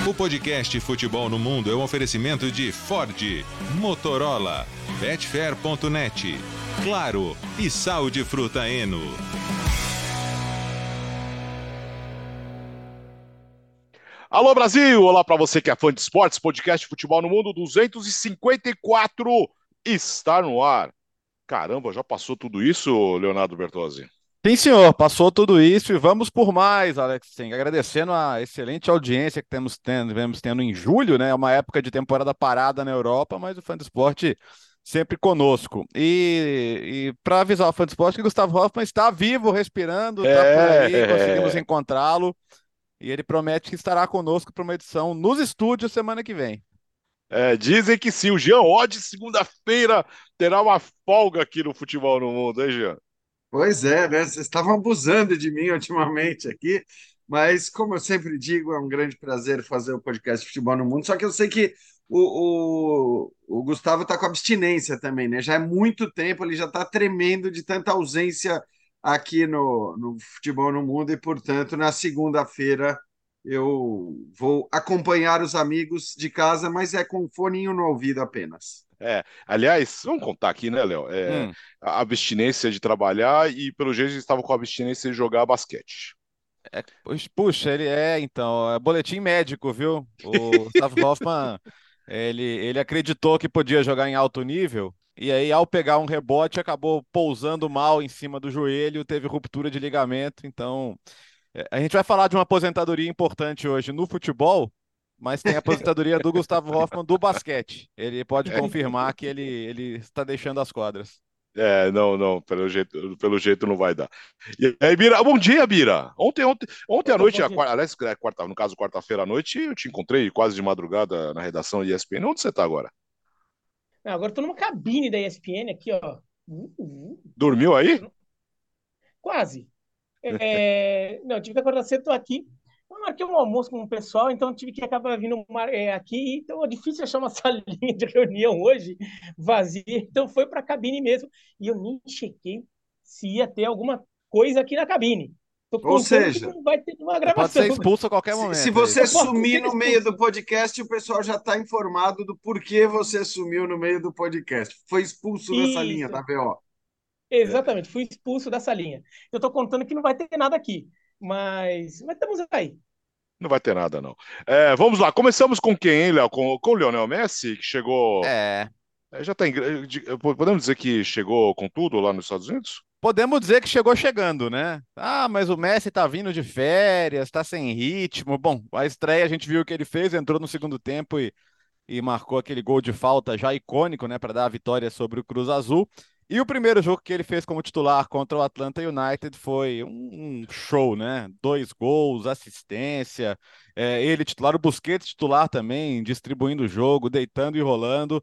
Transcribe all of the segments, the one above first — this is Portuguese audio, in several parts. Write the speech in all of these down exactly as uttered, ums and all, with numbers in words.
O podcast Futebol no Mundo é um oferecimento de Ford, Motorola, Betfair ponto net, Claro e Sal de Fruta Eno. Alô Brasil, olá para você que é fã de esportes, podcast Futebol no Mundo duzentos e cinquenta e quatro está no ar. Caramba, já passou tudo isso, Leonardo Bertozzi? Sim, senhor, passou tudo isso e vamos por mais, Alex. Sim, agradecendo a excelente audiência que temos tendo, vemos tendo em julho, né? É uma época de temporada parada na Europa, mas o Fã do Esporte sempre conosco. E, e para avisar o Fã do Esporte que Gustavo Hoffmann está vivo, respirando, está por aí, conseguimos É, encontrá-lo e ele promete que estará conosco para uma edição nos estúdios semana que vem. é, dizem que sim, o Jean Oddi, segunda-feira, terá uma folga aqui no Futebol no Mundo, hein, Jean? Pois é, né? Vocês estavam abusando de mim ultimamente aqui, mas como eu sempre digo, é um grande prazer fazer o podcast Futebol no Mundo. Só que eu sei que o, o, o Gustavo está com abstinência também, né? Já é muito tempo, ele já está tremendo de tanta ausência aqui no, no Futebol no Mundo e, portanto, na segunda-feira eu vou acompanhar os amigos de casa, mas é com foninho no ouvido apenas. É, aliás, vamos contar aqui, né, Léo? É, Hum. a abstinência de trabalhar e, pelo jeito, eles estavam com a abstinência de jogar basquete. É, pux- puxa, ele é, então, é boletim médico, viu? O Gustavo Hoffmann, ele, ele acreditou que podia jogar em alto nível, e aí, ao pegar um rebote, acabou pousando mal em cima do joelho, teve ruptura de ligamento. Então, é, a gente vai falar de uma aposentadoria importante hoje no futebol, mas tem a aposentadoria do Gustavo Hoffmann do basquete. Ele pode confirmar que ele, ele está deixando as quadras. É, não, não, pelo jeito, pelo jeito não vai dar. E aí, Bira, bom dia, Bira. Ontem, ontem, ontem à Opa, noite, bom a, dia. quar- aliás, é, quarta, no caso, quarta-feira à noite, eu te encontrei quase de madrugada na redação E S P N. Onde você tá agora? Ah, agora eu tô numa cabine da E S P N aqui, ó. Uh, uh, Dormiu aí? quase. É, não, tive que acordar cedo, tô aqui. Eu marquei um almoço com o pessoal, então tive que acabar vindo mar- é, aqui. Então é difícil achar uma salinha de reunião hoje vazia. Então foi para a cabine mesmo. E eu nem chequei se ia ter alguma coisa aqui na cabine. Tô Ou contando que seja, não vai ter uma Você pode ser gravação. expulso a qualquer Se, se momento, é você Eu isso. posso sumir ser no meio expulso. do podcast, o pessoal já está informado do porquê você sumiu no meio do podcast. Foi expulso dessa linha, tá, Isso, B O? exatamente. Fui expulso dessa linha. Eu tô contando que não vai ter nada aqui. Mas, mas estamos aí. Não vai ter nada, não. É, vamos lá, começamos com quem, hein, Léo? Com, com o Lionel Messi, que chegou. É. é, Já tá em, gra- de- podemos dizer que chegou com tudo lá nos Estados Unidos? Podemos dizer que chegou chegando, né? Ah, mas o Messi tá vindo de férias, tá sem ritmo. Bom, a estreia a gente viu o que ele fez, entrou no segundo tempo e, e marcou aquele gol de falta já icônico, né, para dar a vitória sobre o Cruz Azul. E o primeiro jogo que ele fez como titular contra o Atlanta United foi um, um show, né? Dois gols, assistência, é, ele titular, o Busquets titular também, distribuindo o jogo, deitando e rolando.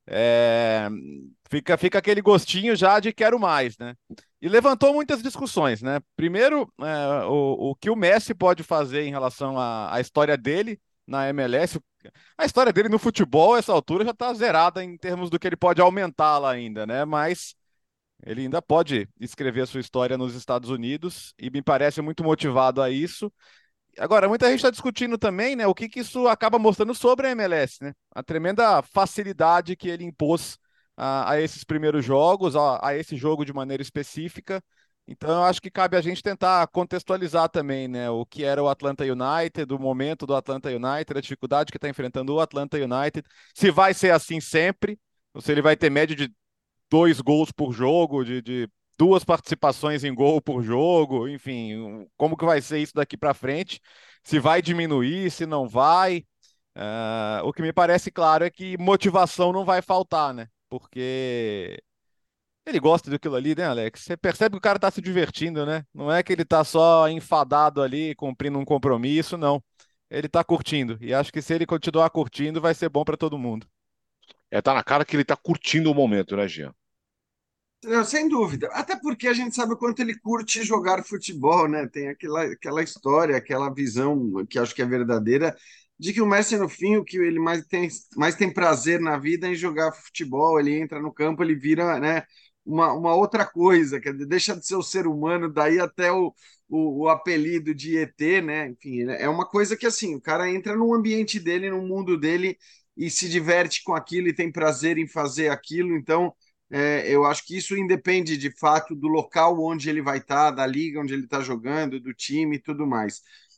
É, fica, fica aquele gostinho já de quero mais, né? E levantou muitas discussões, né? Primeiro, é, o, o que o Messi pode fazer em relação à, à história dele na M L S. A história dele no futebol, essa altura, já está zerada em termos do que ele pode aumentá-la ainda, né? Mas ele ainda pode escrever a sua história nos Estados Unidos e me parece muito motivado a isso. Agora, muita gente está discutindo também, né, o que, que isso acaba mostrando sobre a M L S, né? A tremenda facilidade que ele impôs a, a esses primeiros jogos, a, a esse jogo de maneira específica. Então, eu acho que cabe a gente tentar contextualizar também, né, o que era o Atlanta United, o momento do Atlanta United, a dificuldade que está enfrentando o Atlanta United, se vai ser assim sempre, ou se ele vai ter média de dois gols por jogo, de, de duas participações em gol por jogo, enfim, como que vai ser isso daqui para frente? Se vai diminuir, se não vai. Ah, o que me parece claro é que motivação não vai faltar, né? Porque ele gosta daquilo ali, né, Alex? Você percebe que o cara tá se divertindo, né? Não é que ele tá só enfadado ali, cumprindo um compromisso, não. Ele tá curtindo. E acho que se ele continuar curtindo, vai ser bom para todo mundo. É, tá na cara que ele tá curtindo o momento, né, Jean? Não, sem dúvida. Até porque a gente sabe o quanto ele curte jogar futebol, né? Tem aquela, aquela história, aquela visão que acho que é verdadeira, de que o Messi, no fim, o que ele mais tem, mais tem prazer na vida é em jogar futebol. Ele entra no campo, ele vira, né, uma, uma outra coisa, quer dizer, deixa de ser o ser humano, daí até o, o, o apelido de E T, né? Enfim, é uma coisa que assim, o cara entra no ambiente dele, no mundo dele e se diverte com aquilo e tem prazer em fazer aquilo. Então, é, eu acho que isso independe de fato do local onde ele vai estar, da liga onde ele está jogando, do time e tudo mais.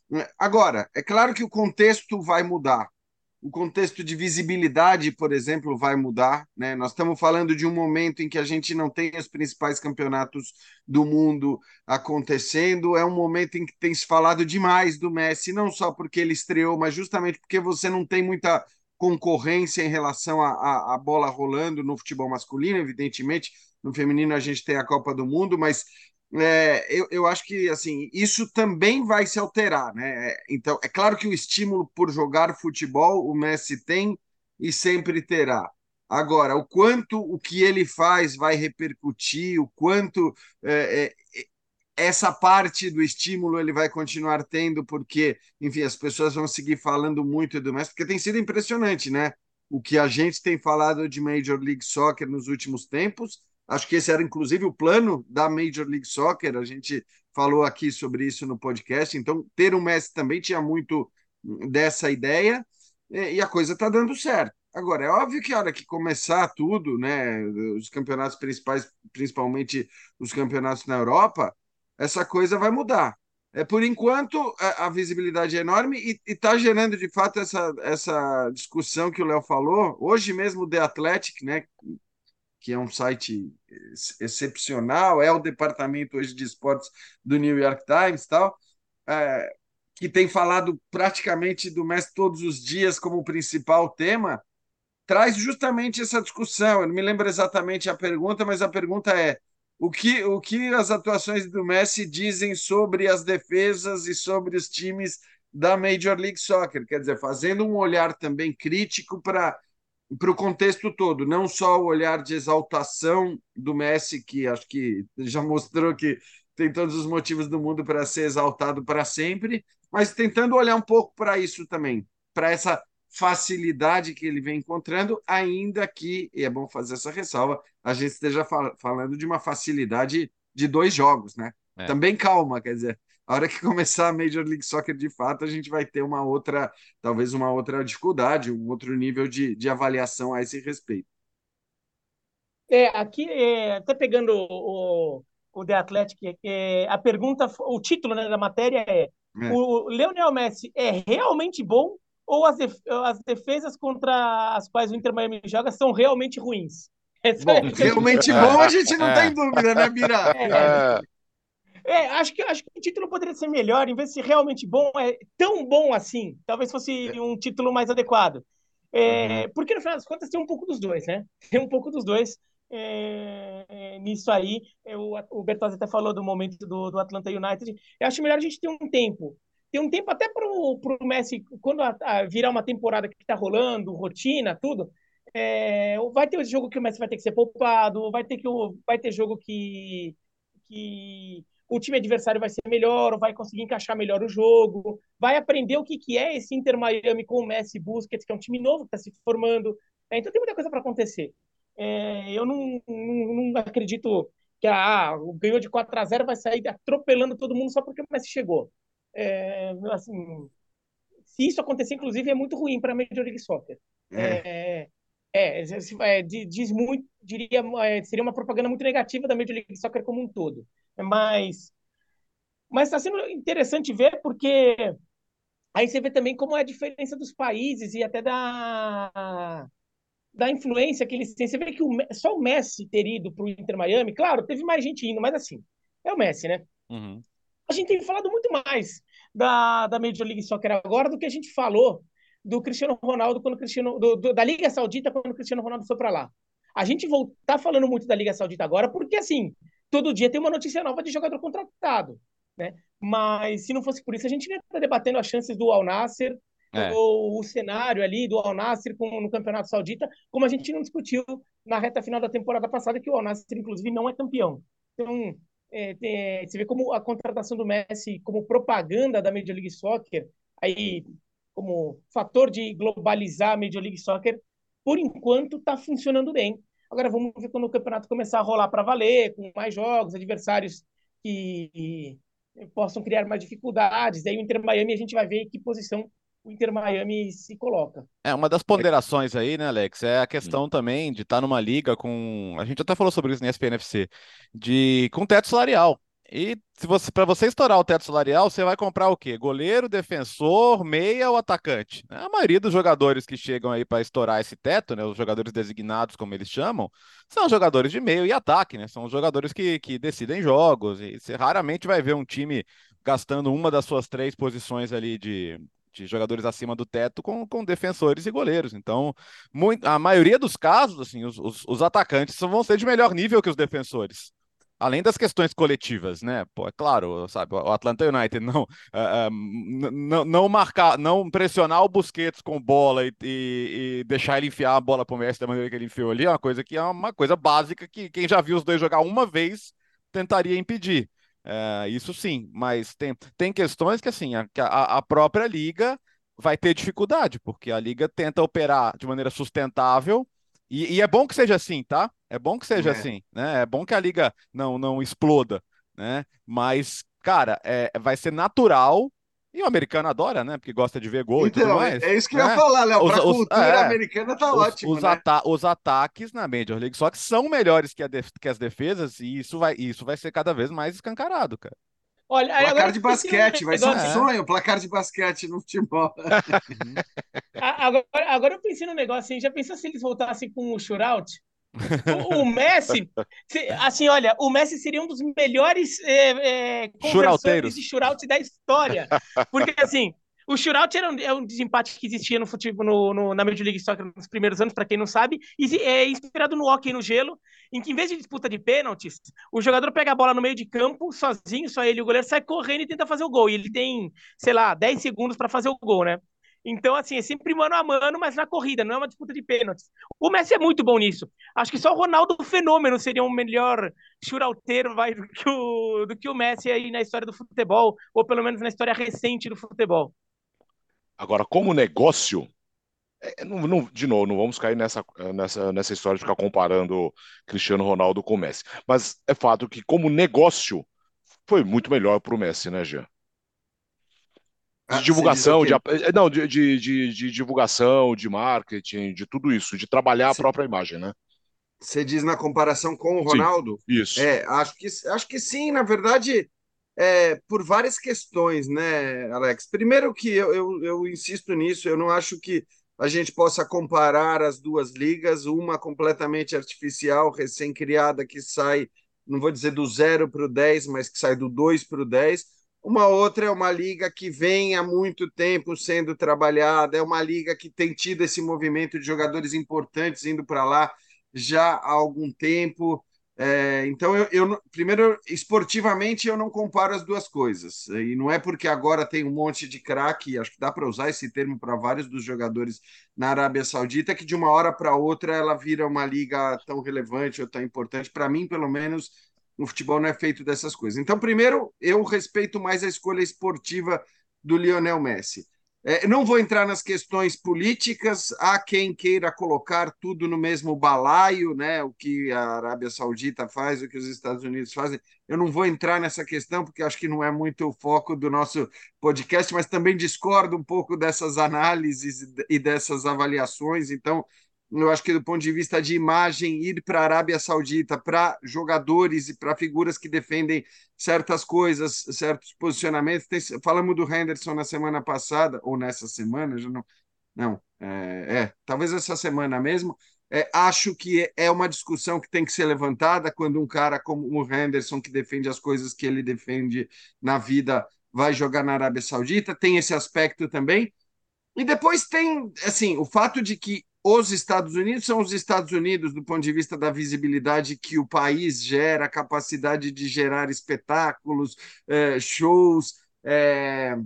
Agora, é claro que o contexto vai mudar. O contexto de visibilidade, por exemplo, vai mudar, né? Nós estamos falando de um momento em que a gente não tem os principais campeonatos do mundo acontecendo, é um momento em que tem se falado demais do Messi, não só porque ele estreou, mas justamente porque você não tem muita concorrência em relação à bola rolando no futebol masculino, evidentemente, no feminino a gente tem a Copa do Mundo, mas é, eu, eu acho que assim isso também vai se alterar, né? Então, é claro que o estímulo por jogar futebol o Messi tem e sempre terá. Agora, o quanto o que ele faz vai repercutir, o quanto é, é, essa parte do estímulo ele vai continuar tendo, porque, enfim, as pessoas vão seguir falando muito do Messi, porque tem sido impressionante, né? O que a gente tem falado de Major League Soccer nos últimos tempos. Acho que esse era, inclusive, o plano da Major League Soccer. A gente falou aqui sobre isso no podcast. Então, ter o Messi também tinha muito dessa ideia e a coisa está dando certo. Agora, é óbvio que a hora que começar tudo, né, os campeonatos principais, principalmente os campeonatos na Europa, essa coisa vai mudar. É, por enquanto, a, a visibilidade é enorme e está gerando, de fato, essa, essa discussão que o Léo falou. Hoje mesmo, o The Athletic, né, que é um site excepcional, é o departamento hoje de esportes do New York Times, tal, é, que tem falado praticamente do Messi todos os dias como principal tema, traz justamente essa discussão. Eu não me lembro exatamente a pergunta, mas a pergunta é o que, o que as atuações do Messi dizem sobre as defesas e sobre os times da Major League Soccer, quer dizer, fazendo um olhar também crítico para para o contexto todo, não só o olhar de exaltação do Messi, que acho que já mostrou que tem todos os motivos do mundo para ser exaltado para sempre, mas tentando olhar um pouco para isso também, para essa facilidade que ele vem encontrando, ainda que, e é bom fazer essa ressalva, a gente esteja fal falando de uma facilidade de dois jogos, né? É. Também calma, quer dizer, a hora que começar a Major League Soccer de fato, a gente vai ter uma outra, talvez uma outra dificuldade, um outro nível de, de avaliação a esse respeito. É, aqui, é, até pegando o, o The Athletic, é, a pergunta, o título, né, da matéria é: É. o Lionel Messi é realmente bom ou as, def as defesas contra as quais o Inter Miami joga são realmente ruins? Essa Bom, é a realmente É. bom a gente não É. tem dúvida, né, Bira? É, é, acho que, acho que o título poderia ser melhor, em vez de ser realmente bom, é tão bom assim. Talvez fosse um título mais adequado. É, Uhum. porque, no final das contas, tem um pouco dos dois, né? Tem um pouco dos dois é, é, nisso aí. É, o, o Bertozzi até falou do momento do, do Atlanta United. Eu acho melhor a gente ter um tempo. Ter um tempo até para o Messi, quando a, a virar uma temporada que está rolando, rotina, tudo. É, vai ter jogo que o Messi vai ter que ser poupado, vai ter, que, vai ter jogo que, que o time adversário vai ser melhor, ou vai conseguir encaixar melhor o jogo, vai aprender o que, que é esse Inter Miami com o Messi Busquets, que é um time novo que está se formando. É, então tem muita coisa para acontecer. É, eu não, não, não, acredito que ah, ganhou de quatro a zero vai sair atropelando todo mundo só porque o Messi chegou. É, assim, se isso acontecer, inclusive, é muito ruim para a Major League Soccer. É. É, é, é, diz muito, diria, é, seria uma propaganda muito negativa da Major League Soccer como um todo. Mas mas está sendo interessante ver porque aí você vê também como é a diferença dos países e até da, da influência que eles têm. Você vê que o, só o Messi ter ido para o Inter Miami, claro, teve mais gente indo, mas assim, é o Messi, né? Uhum. A gente tem falado muito mais da, da Major League Soccer agora do que a gente falou do Cristiano Ronaldo quando Cristiano do, do, da Liga Saudita quando o Cristiano Ronaldo foi para lá. A gente está falando muito da Liga Saudita agora porque, assim, todo dia tem uma notícia nova de jogador contratado, né? Mas se não fosse por isso, a gente ia estar debatendo as chances do Al Nassr É. ou o cenário ali do Al Nassr com, no Campeonato Saudita, como a gente não discutiu na reta final da temporada passada, que o Al Nassr, inclusive, não é campeão. Então, é, tem, você vê como a contratação do Messi como propaganda da Major League Soccer, aí como fator de globalizar a Major League Soccer, por enquanto está funcionando bem. Agora vamos ver quando o campeonato começar a rolar para valer, com mais jogos, adversários que, possam criar mais dificuldades. Daí o Inter Miami a gente vai ver em que posição o Inter Miami se coloca. É, uma das ponderações aí, né, Alex, é a questão também de estar numa liga com, a gente até falou sobre isso no E S P N F C, de com teto salarial. E se você, para você estourar o teto salarial, você vai comprar o quê? Goleiro, defensor, meia ou atacante? A maioria dos jogadores que chegam aí para estourar esse teto, né, os jogadores designados, como eles chamam, são jogadores de meio e ataque, né? São os jogadores que, que decidem jogos. E você raramente vai ver um time gastando uma das suas três posições ali de de jogadores acima do teto com, com defensores e goleiros. Então, muito, a maioria dos casos, assim, os, os, os atacantes vão ser de melhor nível que os defensores. Além das questões coletivas, né? Pô, é claro, sabe, o Atlanta United não, uh, uh, não, não marcar, não pressionar o Busquets com bola e, e, e deixar ele enfiar a bola pro Messi da maneira que ele enfiou ali é uma coisa que é uma coisa básica que quem já viu os dois jogar uma vez tentaria impedir. É, isso sim, mas tem, tem questões que assim, a, a própria liga vai ter dificuldade, porque a liga tenta operar de maneira sustentável, e, e é bom que seja assim, tá? É bom que seja É. assim, né? É bom que a liga não, não exploda, né? Mas, cara, é, vai ser natural, e o americano adora, né? Porque gosta de ver gol e tudo Então, é, mais, é isso que eu ia né? falar, Léo. Os, Para a os, cultura é, americana tá os, ótimo, os, né? ata os ataques na Major League Soccer são melhores que, a def que as defesas, e isso vai, isso vai ser cada vez mais escancarado, cara. Olha, aí agora Placar eu de pensei num basquete, vai ser um negócio. É. sonho, placar de basquete no futebol. Uhum. A- Agora, agora eu pensei num negócio assim, já pensou se eles voltassem com o shootout? O, o Messi, se- assim, olha, o Messi seria um dos melhores é, é, conversores de Churauteiros. shootout da história. Porque, assim, o shootout era um, é um desempate que existia no futebol, no, no, na Major League Soccer nos primeiros anos, para quem não sabe, e se- é inspirado no hóquei no gelo, em que, em vez de disputa de pênaltis, o jogador pega a bola no meio de campo, sozinho, só ele e o goleiro, sai correndo e tenta fazer o gol. E ele tem, sei lá, dez segundos para fazer o gol, né? Então, assim, é sempre mano a mano, mas na corrida, não é uma disputa de pênaltis. O Messi é muito bom nisso. Acho que só o Ronaldo Fenômeno seria um melhor churalteiro vai, do, que o, do que o Messi aí na história do futebol, ou pelo menos na história recente do futebol. Agora, como negócio, é, não, não- de novo, não vamos cair nessa, nessa, nessa história de ficar comparando Cristiano Ronaldo com o Messi. Mas é fato que, como negócio, foi muito melhor para o Messi, né, Jean? De Ah, você diz o divulgação, de, quê? ap- eh, não, de, de, de, de divulgação, de marketing, de tudo isso, de trabalhar a Você própria imagem, né? você diz na comparação com o Sim, Ronaldo? isso. É, acho que, acho que sim, na verdade, é, por várias questões, né, Alex? Primeiro que eu, eu, eu insisto nisso, eu não acho que a gente possa comparar as duas ligas, uma completamente artificial, recém-criada, que sai, não vou dizer do zero para o dez, mas que sai do dois para o dez. Uma outra é uma liga que vem há muito tempo sendo trabalhada, é uma liga que tem tido esse movimento de jogadores importantes indo para lá já há algum tempo. É, então, eu, eu, primeiro, esportivamente, eu não comparo as duas coisas. E não é porque agora tem um monte de craque, acho que dá para usar esse termo para vários dos jogadores na Arábia Saudita, que de uma hora para outra ela vira uma liga tão relevante ou tão importante. Para mim, pelo menos, o futebol não é feito dessas coisas. Então, primeiro, eu respeito mais a escolha esportiva do Lionel Messi. É, não vou entrar nas questões políticas, há quem queira colocar tudo no mesmo balaio, né? O que a Arábia Saudita faz, o que os Estados Unidos fazem. Eu não vou entrar nessa questão, porque acho que não é muito o foco do nosso podcast, mas também discordo um pouco dessas análises e dessas avaliações. Então, eu acho que do ponto de vista de imagem, ir para a Arábia Saudita, para jogadores e para figuras que defendem certas coisas, certos posicionamentos. Tem, falamos do Henderson na semana passada, ou nessa semana, já não. Não, é, é talvez essa semana mesmo. É, acho que é uma discussão que tem que ser levantada quando um cara como o Henderson, que defende as coisas que ele defende na vida, vai jogar na Arábia Saudita. Tem esse aspecto também. E depois tem, assim, o fato de que os Estados Unidos são os Estados Unidos do ponto de vista da visibilidade que o país gera, a capacidade de gerar espetáculos, eh, shows, eh,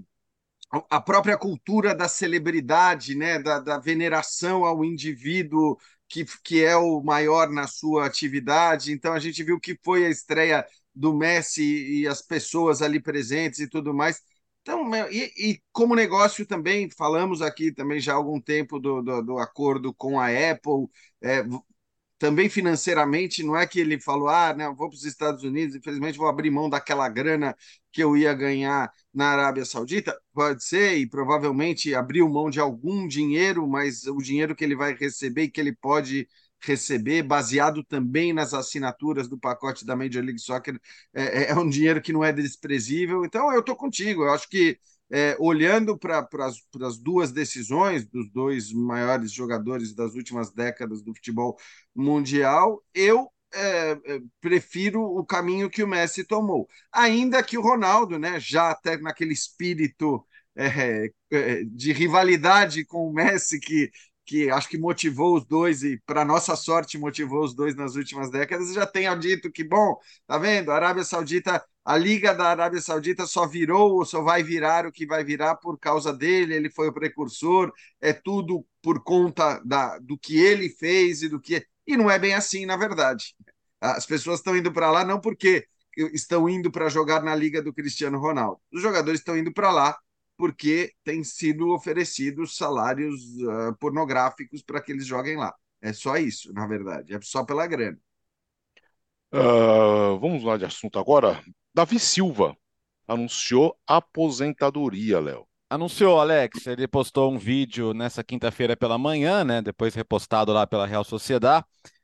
a própria cultura da celebridade, né, da, da veneração ao indivíduo que, que é o maior na sua atividade. Então a gente viu que foi a estreia do Messi e as pessoas ali presentes e tudo mais. Então, e, e como negócio também, falamos aqui também já há algum tempo do, do, do acordo com a Apple. É, também financeiramente, não é que ele falou, ah, não, vou para os Estados Unidos, infelizmente vou abrir mão daquela grana que eu ia ganhar na Arábia Saudita? Pode ser, e provavelmente abriu mão de algum dinheiro, mas o dinheiro que ele vai receber e que ele pode receber, baseado também nas assinaturas do pacote da Major League Soccer, é, é um dinheiro que não é desprezível. Então, eu estou contigo, eu acho que é, olhando para as duas decisões dos dois maiores jogadores das últimas décadas do futebol mundial, eu é, é, prefiro o caminho que o Messi tomou. Ainda que o Ronaldo, né, já até naquele espírito é, é, de rivalidade com o Messi, que, que acho que motivou os dois, e para nossa sorte motivou os dois nas últimas décadas, já tenha dito que, bom, tá vendo, a Arábia Saudita, a Liga da Arábia Saudita só virou ou só vai virar o que vai virar por causa dele, ele foi o precursor, é tudo por conta da, do que ele fez e do que. E não é bem assim, na verdade. As pessoas estão indo para lá não porque estão indo para jogar na Liga do Cristiano Ronaldo. Os jogadores estão indo para lá porque têm sido oferecidos salários uh, pornográficos para que eles joguem lá. É só isso, na verdade. É só pela grana. Uh, vamos lá de assunto agora. Davi Silva anunciou aposentadoria, Léo. Anunciou, Alex, ele postou um vídeo nessa quinta-feira pela manhã, né? Depois repostado lá pela Real Sociedad.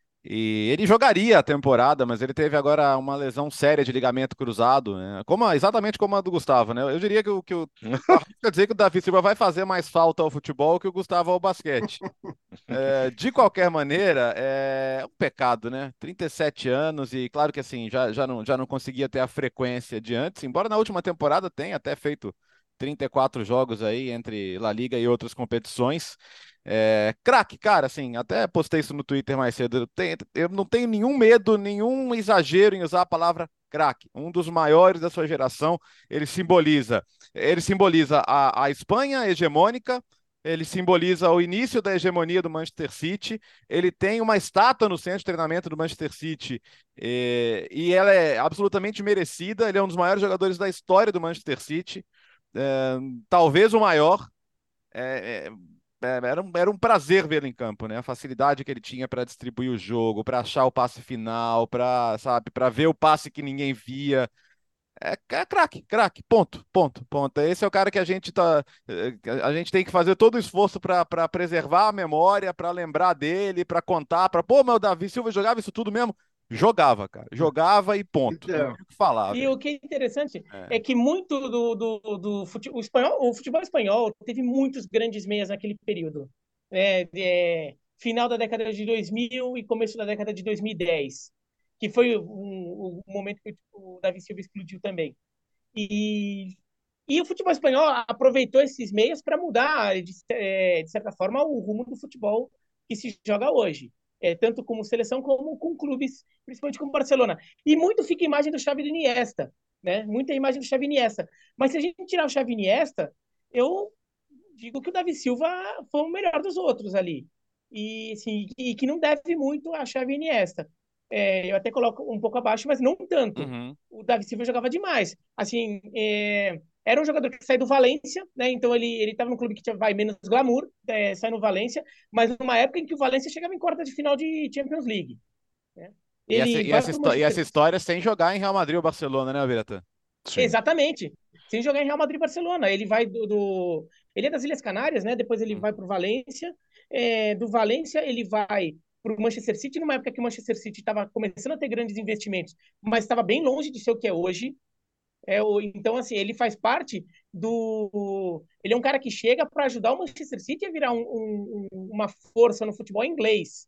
E ele jogaria a temporada, mas ele teve agora uma lesão séria de ligamento cruzado, né? Como, exatamente como a do Gustavo, né? Eu diria que, o- que o. Quer dizer que o Davi Silva vai fazer mais falta ao futebol que o Gustavo ao basquete. É, de qualquer maneira, é um pecado, né? trinta e sete anos e claro que assim, já, já não, já não conseguia ter a frequência de antes, embora na última temporada tenha até feito trinta e quatro jogos aí entre La Liga e outras competições. É, craque, cara, assim, até postei isso no Twitter mais cedo. Eu, tenho- eu não tenho nenhum medo, nenhum exagero em usar a palavra craque. Um dos maiores da sua geração. Ele simboliza, ele simboliza a, a Espanha hegemônica. Ele simboliza o início da hegemonia do Manchester City. Ele tem uma estátua no centro de treinamento do Manchester City eh, e ela é absolutamente merecida. Ele é um dos maiores jogadores da história do Manchester City, eh, talvez o maior. É, é, é, era, um, era um prazer vê-lo em campo, né? A facilidade que ele tinha para distribuir o jogo, para achar o passe final, para, sabe, para ver o passe que ninguém via. É, é craque, craque, ponto, ponto, ponto. Esse é o cara que a gente tá, eh, a gente tem que fazer todo o esforço para preservar a memória, para lembrar dele, para contar, para pô, mas o Davi Silva jogava isso tudo mesmo? Jogava, cara, jogava e ponto. Não Então, tem o que falar, E velho. o que é interessante É. é que muito do, do, do fute- o espanhol, o futebol espanhol teve muitos grandes meias naquele período. Né? É, final da década de dois mil e começo da década de dois mil e dez, que foi o, o- o momento que o Davi Silva explodiu também. E, e o futebol espanhol aproveitou esses meios para mudar, de, é, de certa forma, o rumo do futebol que se joga hoje. É, tanto como seleção como com clubes, principalmente como Barcelona. E muito fica a imagem do Xavi e do Iniesta, né? Muita imagem do Xavi e Iniesta. Mas se a gente tirar o Xavi e Iniesta, eu digo que o Davi Silva foi o melhor dos outros ali. E, assim, e que não deve muito a Xavi e Iniesta. É, eu até coloco um pouco abaixo, mas não tanto. Uhum. O Davi Silva jogava demais. Assim, é, era um jogador que saiu do Valência, né? Então ele ele estava num clube que tinha vai menos glamour, é, sai no Valência, mas numa época em que o Valência chegava em quarta de final de Champions League, né? E essa, Ele e vai essa, para o histó- e essa Manchester. história sem jogar em Real Madrid ou Barcelona, né, Alberto? Sim. Exatamente. Sem jogar em Real Madrid e Barcelona. Ele vai do, do- Ele é das Ilhas Canárias, né? Depois ele vai Uhum. para o Valência. É, do Valência, ele vai para o Manchester City, numa época que o Manchester City estava começando a ter grandes investimentos, mas estava bem longe de ser o que é hoje. É, o... Então, assim, ele faz parte do. Ele é um cara que chega para ajudar o Manchester City a virar um, um, uma força no futebol inglês.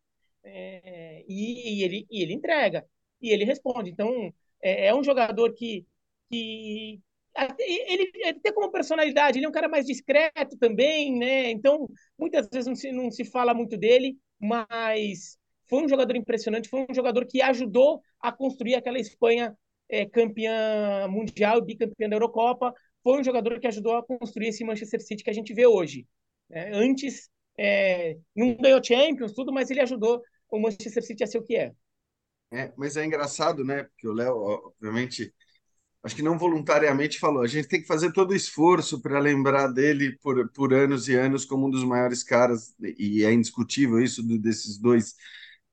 É, e, e, ele, e ele entrega. E ele responde. Então, é, é um jogador que, que ele, ele tem como personalidade, ele é um cara mais discreto também, né? Então, muitas vezes não se, não se fala muito dele, mas foi um jogador impressionante, foi um jogador que ajudou a construir aquela Espanha é, campeã mundial, bicampeã da Eurocopa, foi um jogador que ajudou a construir esse Manchester City que a gente vê hoje. É, antes, é, não ganhou Champions, tudo, mas ele ajudou o Manchester City a ser o que é. é, mas é engraçado, né? Porque o Léo, obviamente, acho que não voluntariamente falou, a gente tem que fazer todo o esforço para lembrar dele por, por anos e anos como um dos maiores caras, e é indiscutível isso do, desses dois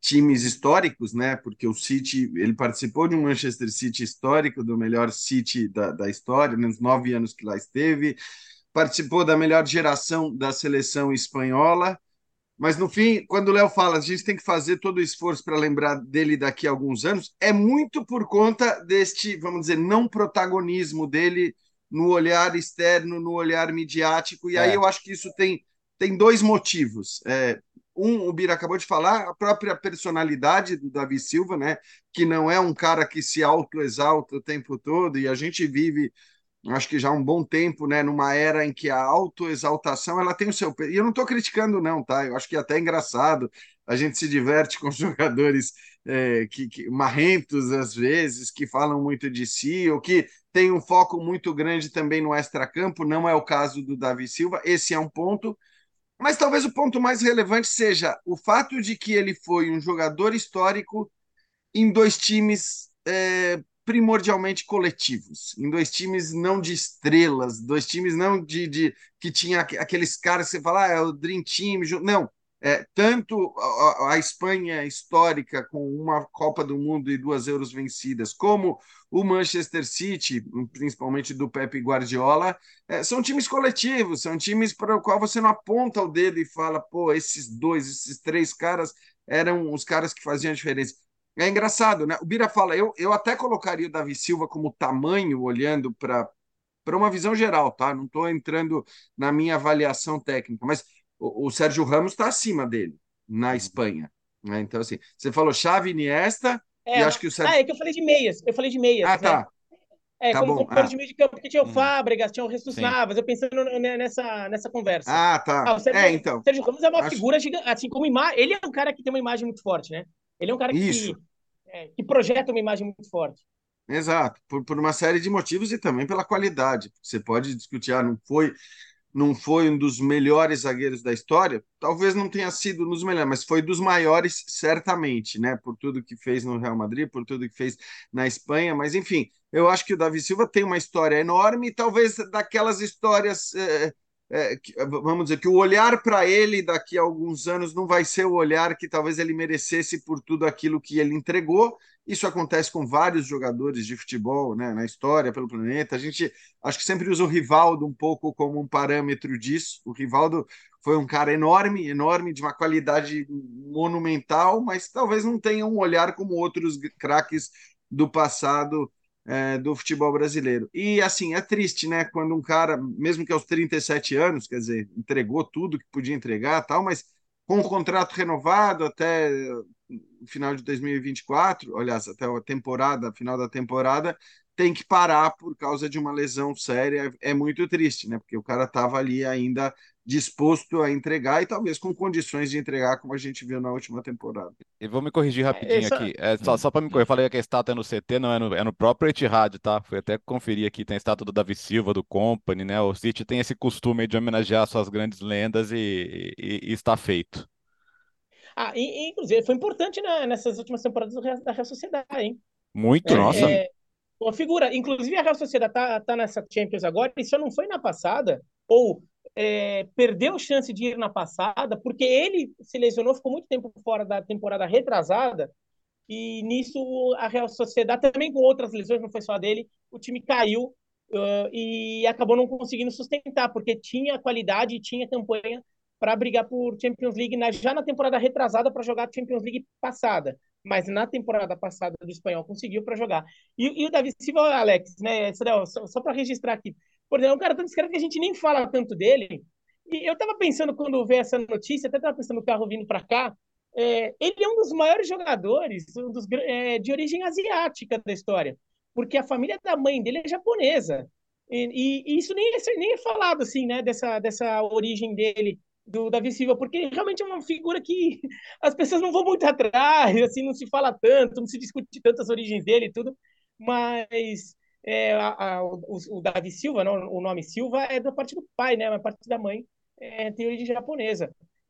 times históricos, né? Porque o City, ele participou de um Manchester City histórico, do melhor City da, da história, nos nove anos que lá esteve, participou da melhor geração da seleção espanhola, mas no fim, quando o Léo fala, a gente tem que fazer todo o esforço para lembrar dele daqui a alguns anos, é muito por conta deste, vamos dizer, não protagonismo dele no olhar externo, no olhar midiático, e aí É, eu acho que isso tem, tem dois motivos. É, um, o Bira acabou de falar, a própria personalidade do Davi Silva, né, que não é um cara que se autoexalta o tempo todo, e a gente vive acho que já há um bom tempo, né, numa era em que a autoexaltação ela tem o seu peso. E eu não estou criticando, não, tá? Eu acho que é até engraçado, a gente se diverte com jogadores é, que, que, marrentos, às vezes, que falam muito de si, ou que tem um foco muito grande também no extracampo, não é o caso do Davi Silva, esse é um ponto. Mas talvez o ponto mais relevante seja o fato de que ele foi um jogador histórico em dois times é, primordialmente coletivos, em dois times não de estrelas, dois times não de, de que tinha aqueles caras que você fala, ah, é o Dream Team, não. É, tanto a, a Espanha histórica, com uma Copa do Mundo e duas Euros vencidas, como o Manchester City, principalmente do Pep Guardiola, é, são times coletivos, são times para o qual você não aponta o dedo e fala, pô, esses dois, esses três caras eram os caras que faziam a diferença. É engraçado, né? O Bira fala, eu, eu até colocaria o Davi Silva como tamanho, olhando para para uma visão geral, tá? Não estou entrando na minha avaliação técnica, mas o, o Sérgio Ramos está acima dele na uhum. Espanha, né? Então, assim, você falou Xavi, Iniesta, e É, acho que o ah, Sérgio... é que eu falei de meias, eu falei de meias, Ah, né? tá, É, tá como bom. companheiro Ah, de meio de campo, porque tinha o Uhum. Fábregas, tinha o Jesus Sim. Navas, eu pensando né, nessa, nessa conversa. ah, tá. Ah, o Sérgio, É, então, Sérgio Ramos é uma acho figura gigante, assim como ima... ele é um cara que tem uma imagem muito forte, né? Ele é um cara isso. que, é, que projeta uma imagem muito forte. Exato, por, por uma série de motivos e também pela qualidade. Você pode discutir, ah, não foi não foi um dos melhores zagueiros da história, talvez não tenha sido um dos melhores, mas foi dos maiores, certamente, né? Por tudo que fez no Real Madrid, por tudo que fez na Espanha, mas enfim, eu acho que o Davi Silva tem uma história enorme, e talvez daquelas histórias. É, é, que, vamos dizer que o olhar para ele daqui a alguns anos não vai ser o olhar que talvez ele merecesse por tudo aquilo que ele entregou. Isso acontece com vários jogadores de futebol, né, na história, pelo planeta. A gente acho que sempre usa o Rivaldo um pouco como um parâmetro disso. O Rivaldo foi um cara enorme, enorme, de uma qualidade monumental, mas talvez não tenha um olhar como outros craques do passado é, do futebol brasileiro. E assim, é triste, né? Quando um cara, mesmo que aos trinta e sete anos, quer dizer, entregou tudo que podia entregar, tal, mas com o contrato renovado até o final de dois mil e vinte e quatro, aliás, até a temporada, final da temporada, tem que parar por causa de uma lesão séria. É muito triste, né? Porque o cara estava ali ainda disposto a entregar e talvez com condições de entregar, como a gente viu na última temporada. E vou me corrigir É, rapidinho essa... aqui. É, só só para me corrigir, eu falei que a estátua é no C T, não é no, é no próprio Etihad, tá? Fui até conferir aqui, tem a estátua do Davi Silva, do Company, né? O City tem esse costume aí de homenagear suas grandes lendas e, e- e está feito. Ah, e, e, inclusive, foi importante né, nessas últimas temporadas do Real- da Real Sociedade, hein? Muito, nossa. Sim, É, é, uma figura. Inclusive, a Real Sociedade tá, tá nessa Champions agora, e só não foi na passada, ou é, perdeu chance de ir na passada, porque ele se lesionou, ficou muito tempo fora da temporada retrasada, e nisso a Real Sociedade, também com outras lesões, não foi só a dele, o time caiu uh, e acabou não conseguindo sustentar, porque tinha qualidade e tinha campanha para brigar por Champions League na, já na temporada retrasada para jogar a Champions League passada. Mas na temporada passada do Espanhol conseguiu para jogar. E, e, o Davi Silva, Alex, né? Só, só para registrar aqui. Por exemplo, é um cara tão discreto que a gente nem fala tanto dele. E eu estava pensando, quando veio essa notícia, até estava pensando no carro vindo para cá, é, ele é um dos maiores jogadores um dos, é, de origem asiática da história, porque a família da mãe dele é japonesa. E, e, e isso nem é, nem é falado assim, né, dessa, dessa origem dele, do Davi Silva, porque realmente é uma figura que as pessoas não vão muito atrás, assim, não se fala tanto, não se discute tanto as origens dele e tudo, mas é, a, a, o, o Davi Silva, não, o nome Silva é da parte do pai, né, a parte da mãe é, tem origem japonesa.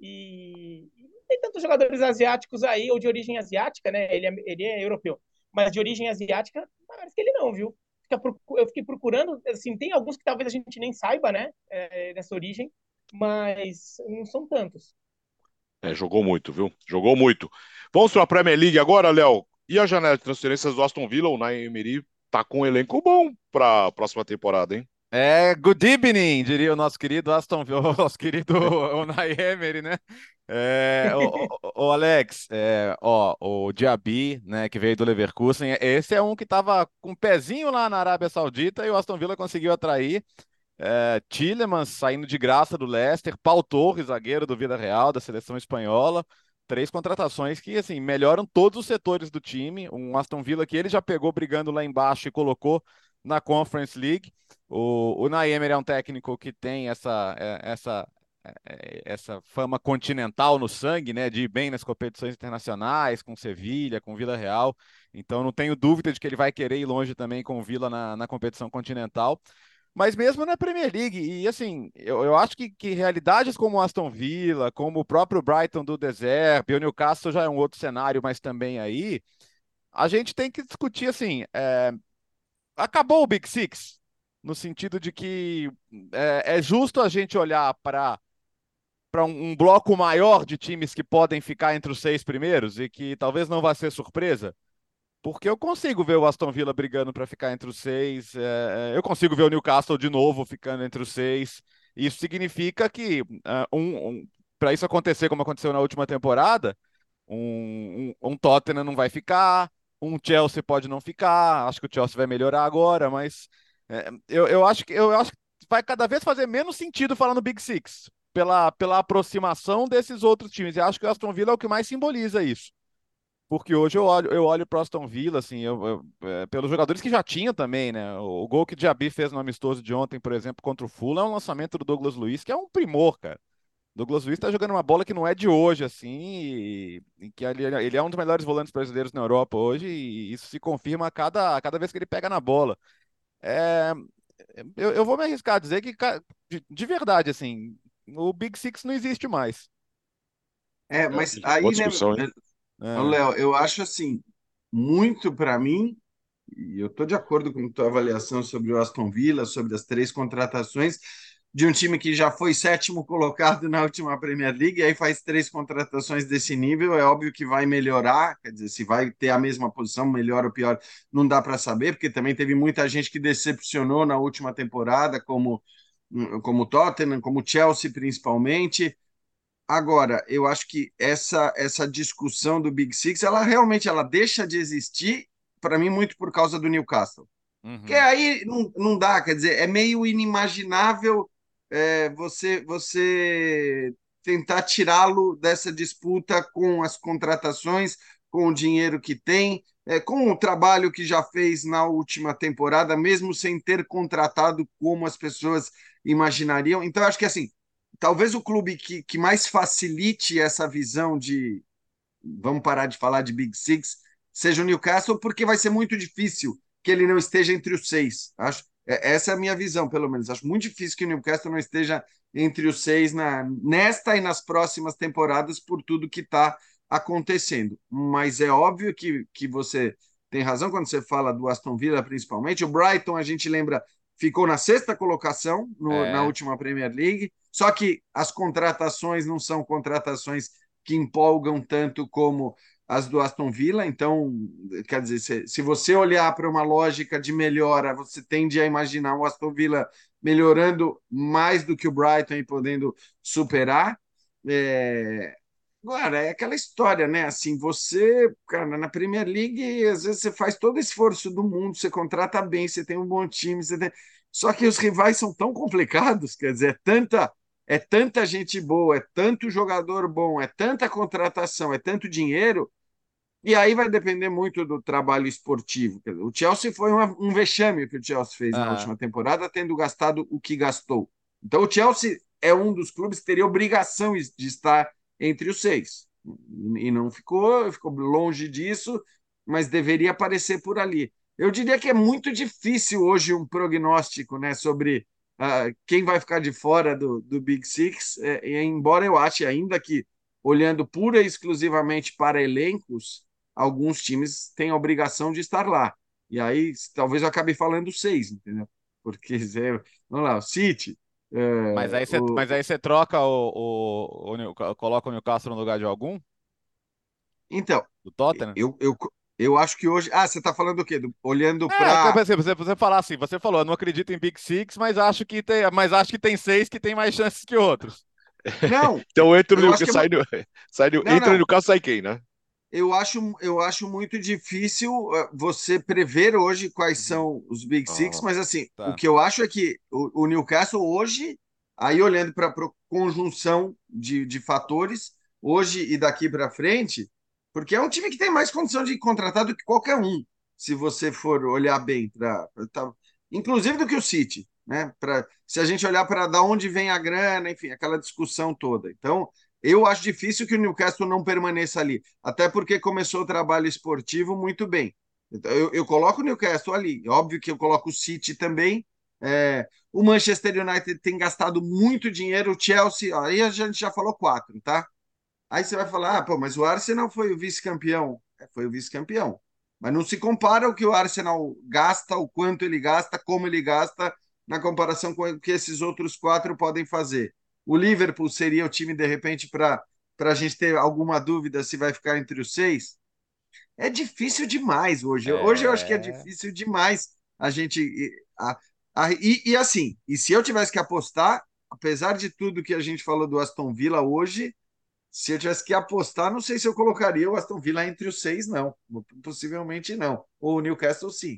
E, tem tantos jogadores asiáticos aí, ou de origem asiática, né? Ele é, ele é europeu, mas de origem asiática, parece que ele não, viu? Eu fiquei procurando, assim, tem alguns que talvez a gente nem saiba, né? É, dessa origem, mas não são tantos. É, jogou muito, viu? Jogou muito. Vamos para a Premier League agora, Léo. E a janela de transferências do Aston Villa, o Unai Emery tá com um elenco bom para a próxima temporada, hein? É, good evening, diria o nosso querido Aston Villa, o nosso querido Unai Emery, né? É, o, o- o Alex, é, ó, o Diaby, né, que veio do Leverkusen, esse é um que tava com um pezinho lá na Arábia Saudita e o Aston Villa conseguiu atrair. É, Tielemans saindo de graça do Leicester, Pau Torres, zagueiro do Vila Real, da seleção espanhola. Três contratações que, assim, melhoram todos os setores do time. Um Aston Villa que ele já pegou brigando lá embaixo e colocou na Conference League. O, o Unai Emery é um técnico que tem essa, é, essa, é, essa fama continental no sangue, né, de ir bem nas competições internacionais, com Sevilha, com Vila Real. Então não tenho dúvida de que ele vai querer ir longe também com o Vila na, na competição continental. Mas mesmo na Premier League, e assim, eu, eu acho que, que realidades como o Aston Villa, como o próprio Brighton do Deserto, e o Newcastle já é um outro cenário, mas também aí, a gente tem que discutir assim, é, acabou o Big Six, no sentido de que é, é justo a gente olhar para para um, um bloco maior de times que podem ficar entre os seis primeiros e que talvez não vá ser surpresa. Porque eu consigo ver o Aston Villa brigando para ficar entre os seis. É, é, eu consigo ver o Newcastle de novo ficando entre os seis. Isso significa que uh, um, um, para isso acontecer como aconteceu na última temporada, um, um, um Tottenham não vai ficar, um Chelsea pode não ficar. Acho que o Chelsea vai melhorar agora, mas é, eu, eu acho que eu acho que vai cada vez fazer menos sentido falar no Big Six pela, pela aproximação desses outros times. E acho que o Aston Villa é o que mais simboliza isso. Porque hoje eu olho, eu olho pro Aston Villa, assim, eu, eu- é, pelos jogadores que já tinha também, né? O, o gol que o Diaby fez no amistoso de ontem, por exemplo, contra o Fulham, é um lançamento do Douglas Luiz, que é um primor, cara. Douglas Luiz tá jogando uma bola que não é de hoje, assim, e, e que ele, ele é um dos melhores volantes brasileiros na Europa hoje, e isso se confirma a cada, a cada vez que ele pega na bola. É, eu, eu vou me arriscar a dizer que, ca- de, de verdade, assim, o Big Six não existe mais. É, É, mas boa aí, né, discussão, hein? É, Léo, eu acho assim, muito para mim, e eu estou de acordo com a tua avaliação sobre o Aston Villa, sobre as três contratações de um time que já foi sétimo colocado na última Premier League, e aí faz três contratações desse nível, é óbvio que vai melhorar, quer dizer, se vai ter a mesma posição, melhor ou pior, não dá para saber, porque também teve muita gente que decepcionou na última temporada, como como o Tottenham, como o Chelsea principalmente. Agora, eu acho que essa essa discussão do Big Six, ela realmente ela deixa de existir, para mim, muito por causa do Newcastle. Que uhum, aí não, não dá, quer dizer, é meio inimaginável é, você, você tentar tirá-lo dessa disputa com as contratações, com o dinheiro que tem, é, com o trabalho que já fez na última temporada, mesmo sem ter contratado como as pessoas imaginariam. Então, eu acho que assim, talvez o clube que, que mais facilite essa visão de vamos parar de falar de Big Six, seja o Newcastle, porque vai ser muito difícil que ele não esteja entre os seis. Acho, é, essa é a minha visão, pelo menos. Acho muito difícil que o Newcastle não esteja entre os seis na, nesta e nas próximas temporadas por tudo que está acontecendo. Mas é óbvio que, que você tem razão quando você fala do Aston Villa, principalmente. O Brighton, a gente lembra, ficou na sexta colocação no, na é. última Premier League, só que as contratações não são contratações que empolgam tanto como as do Aston Villa. Então, quer dizer, se, se você olhar para uma lógica de melhora, você tende a imaginar o Aston Villa melhorando mais do que o Brighton e podendo superar. É... Agora, é aquela história, né? Assim, você, cara, na Premier League, às vezes você faz todo esse esforço do mundo, você contrata bem, você tem um bom time, você tem... Só que os rivais são tão complicados, quer dizer, é tanta é tanta gente boa, é tanto jogador bom, é tanta contratação, é tanto dinheiro, e aí vai depender muito do trabalho esportivo. O Chelsea foi uma, um vexame que o Chelsea fez na Ah, última temporada, tendo gastado o que gastou. Então o Chelsea é um dos clubes que teria obrigação de estar entre os seis. E não ficou, ficou longe disso, mas deveria aparecer por ali. Eu diria que é muito difícil hoje um prognóstico, né, sobre uh, quem vai ficar de fora do, do Big Six, é, e embora eu ache ainda que, olhando pura e exclusivamente para elencos, alguns times têm a obrigação de estar lá. E aí talvez eu acabe falando seis, entendeu? Porque, vamos lá, o City, Mas é, aí você, o, mas aí você troca o, o, co- coloca o Newcastle no lugar de algum? Então, Do Tottenham? eu, eu, eu acho que hoje. Ah, você está falando do quê? Do- olhando É, que, para. por exemplo, você, você falar assim, você falou, eu não acredito em Big Six, mas acho que tem, mas acho que tem seis que tem mais chances que outros. Não, Então entra eu no acho que é. sai mu- no, sai no, Não, entra no não. Newcastle, sai quem, né? Eu acho, eu acho muito difícil eh, você prever hoje quais Uhum. são os Big Six, Ah, mas assim, o Tá. que eu acho é que o, o Newcastle hoje, aí olhando para a conjunção de, de fatores, hoje e daqui para frente, porque é um time que tem mais condição de contratar do que qualquer um, se você for olhar bem para, inclusive do que o City, né? Pra, se a gente olhar para da onde vem a grana, enfim, aquela discussão toda. Então, eu acho difícil que o Newcastle não permaneça ali, até porque começou o trabalho esportivo muito bem. Então, eu, eu coloco o Newcastle ali. Óbvio que eu coloco o City também. É, o Manchester United tem gastado muito dinheiro. O Chelsea, ó, aí a gente já falou quatro, tá? Aí você vai falar, ah, pô, mas o Arsenal foi o vice-campeão. É, foi o vice-campeão. Mas não se compara o que o Arsenal gasta, o quanto ele gasta, como ele gasta, na comparação com o que esses outros quatro podem fazer. O Liverpool seria o time, de repente, para para a gente ter alguma dúvida se vai ficar entre os seis? É difícil demais hoje. Hoje eu acho que é É. difícil demais a gente. A, a, e, e assim, e se eu tivesse que apostar, apesar de tudo que a gente falou do Aston Villa hoje, se eu tivesse que apostar, não sei se eu colocaria o Aston Villa entre os seis, não. Possivelmente não. Ou o Newcastle, sim.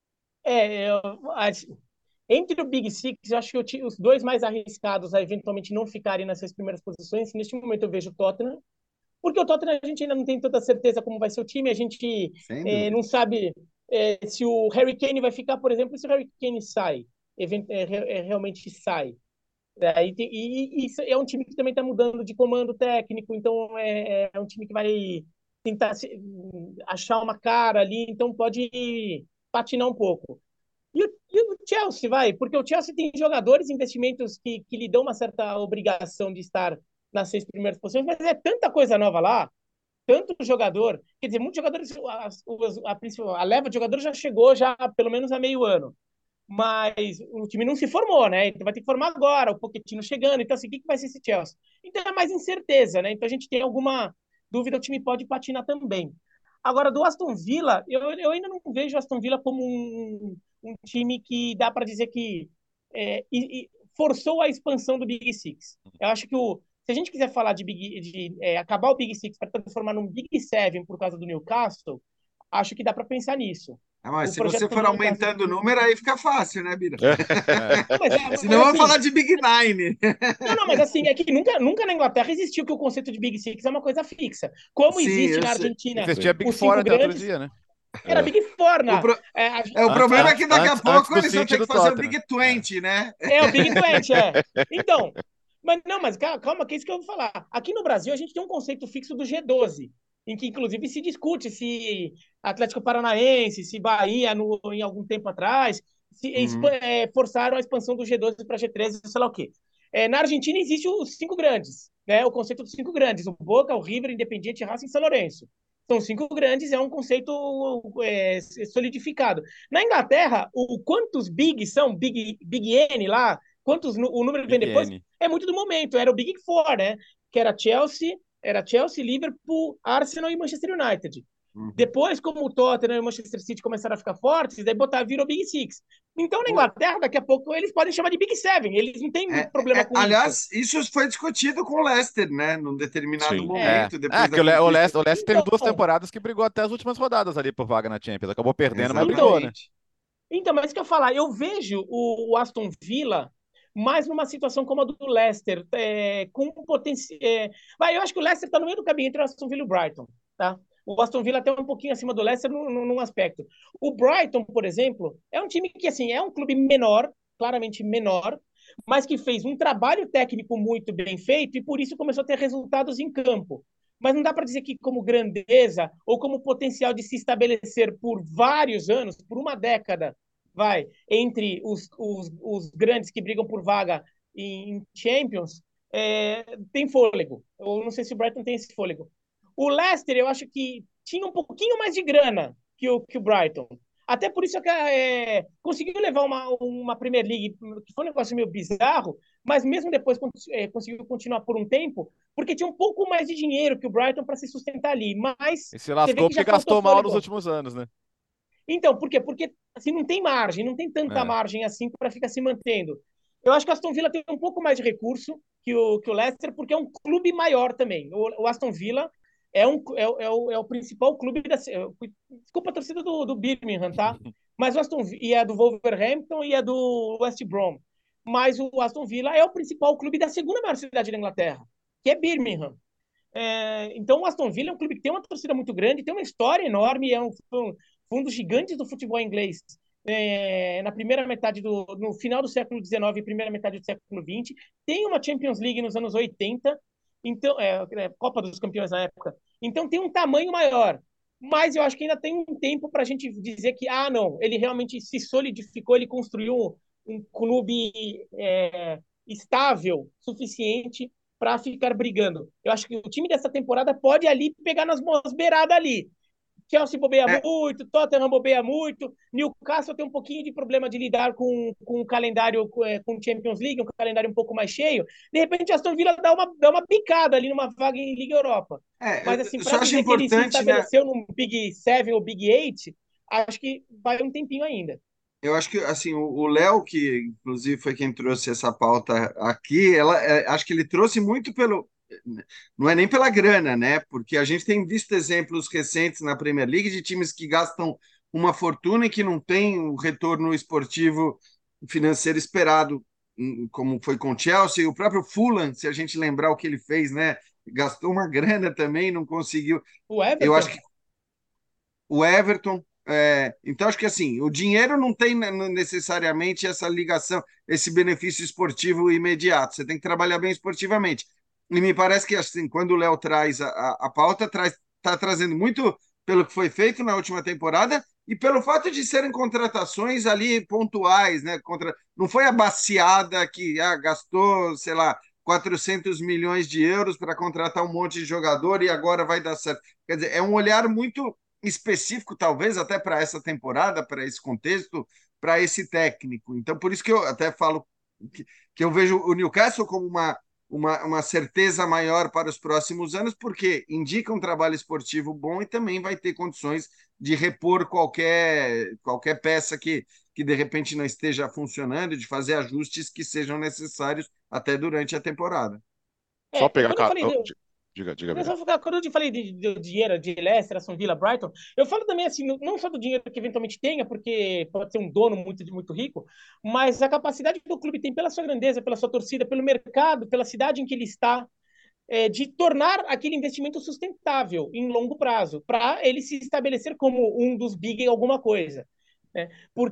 É, eu acho- entre o Big Six, eu acho que eu ti- os dois mais arriscados a eventualmente não ficarem nessas primeiras posições, neste momento eu vejo o Tottenham, porque o Tottenham a gente ainda não tem tanta certeza como vai ser o time, a gente Sem é, não dúvida. sabe é, se o Harry Kane vai ficar, por exemplo, se o Harry Kane sai, event- é, re- é, realmente sai. Aí tem- e, e isso é um time que também está mudando de comando técnico, então é, é um time que vai tentar se- achar uma cara ali, então pode patinar um pouco. E o, e o Chelsea vai, porque o Chelsea tem jogadores, investimentos que, que lhe dão uma certa obrigação de estar nas seis primeiras posições, mas é tanta coisa nova lá, tanto jogador, quer dizer, muitos jogadores, a, a, a, a leva de jogadores já chegou já pelo menos há meio ano, mas o time não se formou, né? Então vai ter que formar agora, o Pochettino chegando, então assim, o que, que vai ser esse Chelsea? Então é mais incerteza, né? Então a gente tem alguma dúvida, o time pode patinar também. Agora, do Aston Villa, eu, eu ainda não vejo o Aston Villa como um, um time que dá para dizer que é, e, e forçou a expansão do Big Six. Eu acho que o, se a gente quiser falar de, Big, de é, acabar o Big Six para transformar num Big Seven por causa do Newcastle, acho que dá para pensar nisso. Ah, mas O se você projeto for do Newcastle. aumentando o número, aí fica fácil, né, Bira? É. Não, mas, é, Senão mas vamos assim, falar de Big Nine. não, não, mas assim, é que nunca, nunca na Inglaterra existiu que o conceito de Big Six é uma coisa fixa. Como Sim, existe eu na sei. Argentina Existia Big os Four cinco até outro grandes, dia, né? era É. Big Four. O, Na, pro... é, a- é, o Antes, problema é antes, que daqui a antes, antes pouco do eles vão City ter e que do fazer o Tottenham. Big É. vinte, né? é o Big vinte, é. Então, mas não, mas calma, calma, que é isso que eu vou falar. Aqui no Brasil, a gente tem um conceito fixo do G doze, em que inclusive se discute se Atlético Paranaense, se Bahia, no, em algum tempo atrás, se expa- Uhum. é, forçaram a expansão do G doze para G treze, sei lá o quê. É, na Argentina existe os cinco grandes, né? O conceito dos cinco grandes: o Boca, o River, Independiente, Racing e São Lourenço. São cinco grandes, é um conceito é, solidificado. Na Inglaterra, o quantos Big são, Big, Big N lá, quantos o número que vem Big depois, N. é muito do momento. Era o Big Four, né? Que era Chelsea, era Chelsea, Liverpool, Arsenal e Manchester United. Uhum. Depois, como o Tottenham e o Manchester City começaram a ficar fortes, daí botar, virou Big Six. Então, na O- Inglaterra, daqui a pouco, eles podem chamar de Big Seven. Eles não têm É, muito problema é, com isso. aliás, isso foi discutido com o Leicester, né? Num determinado Sim. É. momento, Ah, depois que da o, Le o, conquista. Leicester, o Leicester teve Então, duas temporadas que brigou até as últimas rodadas ali por vaga na Champions. Acabou perdendo, mas brigou, né? Exatamente. então, mas isso que eu ia falar, eu vejo o, o Aston Villa mais numa situação como a do Leicester, é, com potencial. É, vai, eu acho que o Leicester está no meio do caminho entre o Aston Villa e o Brighton, tá? O Aston Villa até um pouquinho acima do Leicester num, num num aspecto. O Brighton, por exemplo, é um time que assim é um clube menor, claramente menor, mas que fez um trabalho técnico muito bem feito e por isso começou a ter resultados em campo. Mas não dá para dizer que como grandeza ou como potencial de se estabelecer por vários anos, por uma década, vai, entre os, os, os grandes que brigam por vaga em Champions, é, tem fôlego. Eu não sei se o Brighton tem esse fôlego. O Leicester, eu acho que tinha um pouquinho mais de grana que o, que o Brighton. Até por isso que é, conseguiu levar uma, uma Premier League, que foi um negócio meio bizarro, mas mesmo depois é, conseguiu continuar por um tempo, porque tinha um pouco mais de dinheiro que o Brighton para se sustentar ali. Mas E se você vê lascou que já porque faltou gastou mal nos fôlego. últimos anos, né? Então, por quê? Porque assim, não tem margem, não tem tanta É. margem assim para ficar se mantendo. Eu acho que o Aston Villa tem um pouco mais de recurso que o, que o Leicester, porque é um clube maior também. O, o Aston Villa é, um, é, é, o, é o principal clube da. Desculpa a torcida do, do Birmingham, tá? Mas o Aston Villa, e é do Wolverhampton e é do West Brom. Mas o Aston Villa é o principal clube da segunda maior cidade da Inglaterra, que é Birmingham. É, então o Aston Villa é um clube que tem uma torcida muito grande, tem uma história enorme, é um, um, um dos gigantes do futebol inglês é, na primeira metade do, no final do século dezenove e primeira metade do século vinte, tem uma Champions League nos anos oitenta, então é, é, Copa dos Campeões na época, então tem um tamanho maior, mas eu acho que ainda tem um tempo para a gente dizer que, ah, não, ele realmente se solidificou, ele construiu um, um clube é, estável, suficiente para ficar brigando. Eu acho que o time dessa temporada pode ali pegar nas mãos beiradas ali. Chelsea bobeia É, muito, Tottenham bobeia muito, Newcastle tem um pouquinho de problema de lidar com, com o calendário com Champions League, um calendário um pouco mais cheio. De repente, Aston Villa dá uma, dá uma picada ali numa vaga em Liga Europa. é, Mas, eu assim, eu só para acho dizer que ele se importante, né? estabeleceu num Big Seven ou Big Eight, acho que vai um tempinho ainda. Eu acho que assim o Léo, que inclusive foi quem trouxe essa pauta aqui, ela, é, acho que ele trouxe muito pelo, não é nem pela grana, né? Porque a gente tem visto exemplos recentes na Premier League de times que gastam uma fortuna e que não tem o retorno esportivo financeiro esperado, hum, como foi com o Chelsea, o próprio Fulham, se a gente lembrar o que ele fez, né? Gastou uma grana também, não conseguiu. O Eu acho Everton, que o Everton. É, então, acho que assim, o dinheiro não tem né, necessariamente essa ligação, esse benefício esportivo imediato. Você tem que trabalhar bem esportivamente. E me parece que, assim, quando o Léo traz a, a, a pauta, traz, está trazendo muito pelo que foi feito na última temporada e pelo fato de serem contratações ali pontuais, né? Contra, não foi a baciada que ah, gastou, sei lá, quatrocentos milhões de euros para contratar um monte de jogador e agora vai dar certo. Quer dizer, é um olhar muito específico, talvez, até para essa temporada, para esse contexto, para esse técnico. Então, por isso que eu até falo que, que eu vejo o Newcastle como uma, uma, uma certeza maior para os próximos anos, porque indica um trabalho esportivo bom e também vai ter condições de repor qualquer, qualquer peça que, que de repente não esteja funcionando, de fazer ajustes que sejam necessários até durante a temporada. Só é, pegar. quando eu Ca- falei oh, de, di- Diga, diga, Eu Bira. só ficar, quando eu falei de, de, de dinheiro, de Leicester, Aston Villa, Brighton, eu falo também assim, não só do dinheiro que eventualmente tenha, porque pode ser um dono muito, muito rico, mas a capacidade que o clube tem pela sua grandeza, pela sua torcida, pelo mercado, pela cidade em que ele está, é, de tornar aquele investimento sustentável em longo prazo, para ele se estabelecer como um dos big em alguma coisa. Né?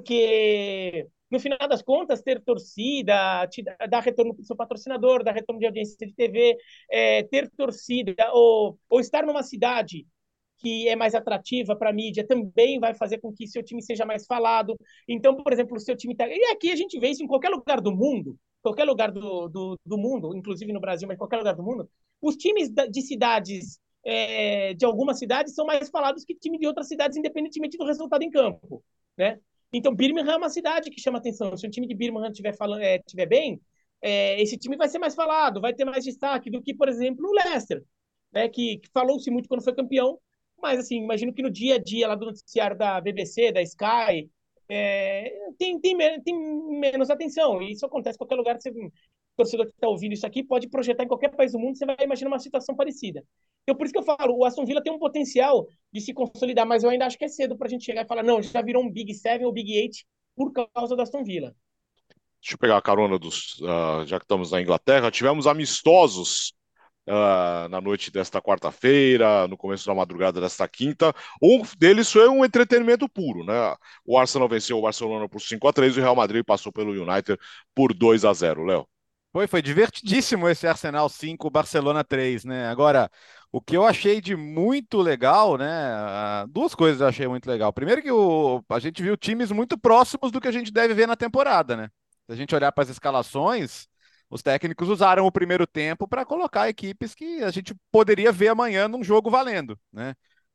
Porque no final das contas, ter torcida, te dar retorno para o seu patrocinador, dar retorno de audiência de T V, é, ter torcida ou, ou estar numa cidade que é mais atrativa para a mídia também vai fazer com que seu time seja mais falado. Então, por exemplo, o seu time tá... E aqui a gente vê isso em qualquer lugar do mundo, qualquer lugar do, do, do mundo, inclusive no Brasil, mas em qualquer lugar do mundo, os times de cidades, é, de algumas cidades, são mais falados que time de outras cidades, independentemente do resultado em campo, né? Então, Birmingham é uma cidade que chama atenção. Se o time de Birmingham estiver falando, é, tiver bem, é, esse time vai ser mais falado, vai ter mais destaque do que, por exemplo, o Leicester, né, que, que falou-se muito quando foi campeão, mas assim, imagino que no dia a dia lá do noticiário da B B C, da Sky, é, tem, tem, tem menos atenção. E isso acontece em qualquer lugar. Você, o torcedor que está ouvindo isso aqui pode projetar em qualquer país do mundo, você vai imaginar uma situação parecida. Então, por isso que eu falo, o Aston Villa tem um potencial de se consolidar, mas eu ainda acho que é cedo para a gente chegar e falar, não, já virou um Big Seven ou Big Eight por causa do Aston Villa. Deixa eu pegar a carona dos. Ah, já que estamos na Inglaterra, tivemos amistosos ah, na noite desta quarta-feira, no começo da madrugada desta quinta. Um deles foi um entretenimento puro, né? O Arsenal venceu o Barcelona por cinco a três e o Real Madrid passou pelo United por dois a zero, Léo. Foi, foi divertidíssimo esse Arsenal cinco, Barcelona três, né? Agora, o que eu achei de muito legal, né? ah, Duas coisas eu achei muito legal. Primeiro que o, a gente viu times muito próximos do que a gente deve ver na temporada, né? Se a gente olhar para as escalações, os técnicos usaram o primeiro tempo para colocar equipes que a gente poderia ver amanhã num jogo valendo, né?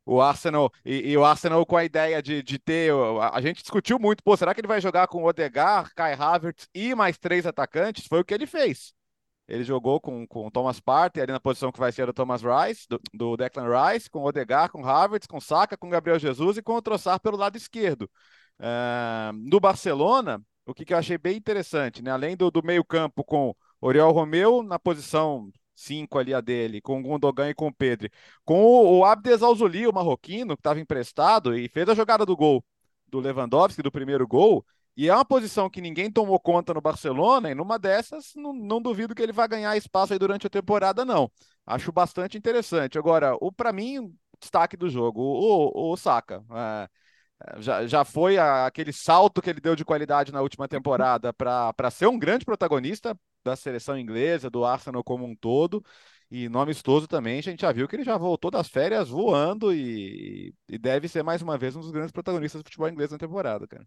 O Arsenal, e, e o Arsenal com a ideia de, de ter. A, a gente discutiu muito, pô, será que ele vai jogar com Odegaard, Kai Havertz e mais três atacantes? Foi o que ele fez. Ele jogou com, com o Thomas Partey ali na posição que vai ser do Thomas Rice, do, do Declan Rice, com o Odegaard, com o Havertz, com o Saka, com o Gabriel Jesus e com o Trossard pelo lado esquerdo. Uh, no Barcelona, o que, que eu achei bem interessante, né? Além do, do meio-campo com Oriol Romeu na posição cinco ali a dele, com o Gundogan e com o Pedri, com o, o Abdes Alzuli, o marroquino, que estava emprestado e fez a jogada do gol do Lewandowski, do primeiro gol. E é uma posição que ninguém tomou conta no Barcelona, e numa dessas, não, não duvido que ele vai ganhar espaço aí durante a temporada, não. Acho bastante interessante. Agora, o para mim, o destaque do jogo, o, o, o Saka. É, já, já foi a, aquele salto que ele deu de qualidade na última temporada para ser um grande protagonista da seleção inglesa, do Arsenal como um todo. E no amistoso também, a gente já viu que ele já voltou das férias voando e, e deve ser mais uma vez um dos grandes protagonistas do futebol inglês na temporada, cara.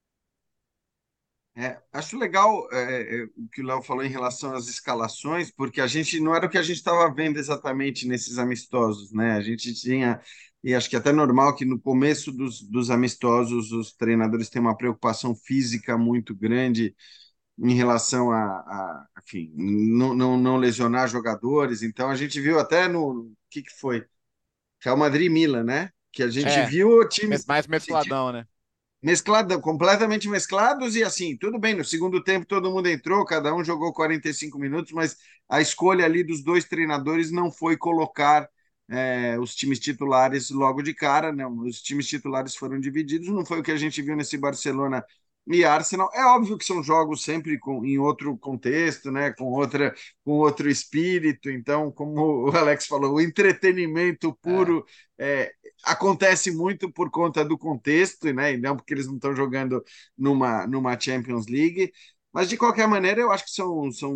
É, acho legal é, é, o que o Léo falou em relação às escalações, porque a gente não era o que a gente estava vendo exatamente nesses amistosos, né? A gente tinha, e acho que é até normal que no começo dos, dos amistosos os treinadores têm uma preocupação física muito grande em relação a, a enfim, não, não, não lesionar jogadores. Então a gente viu até no, o que que foi? Real Madrid e Milan, né? Que a gente É, viu times mais assim, mescladão, né? mesclado, completamente mesclados, e assim, tudo bem, no segundo tempo todo mundo entrou, cada um jogou quarenta e cinco minutos, mas a escolha ali dos dois treinadores não foi colocar é, os times titulares logo de cara, não, os times titulares foram divididos, não foi o que a gente viu nesse Barcelona e Arsenal. É óbvio que são jogos sempre com, em outro contexto, né, com outra, com outro espírito. Então, como o Alex falou, o entretenimento É. puro é, acontece muito por conta do contexto, né? E não porque eles não estão jogando numa, numa Champions League. Mas, de qualquer maneira, eu acho que são, são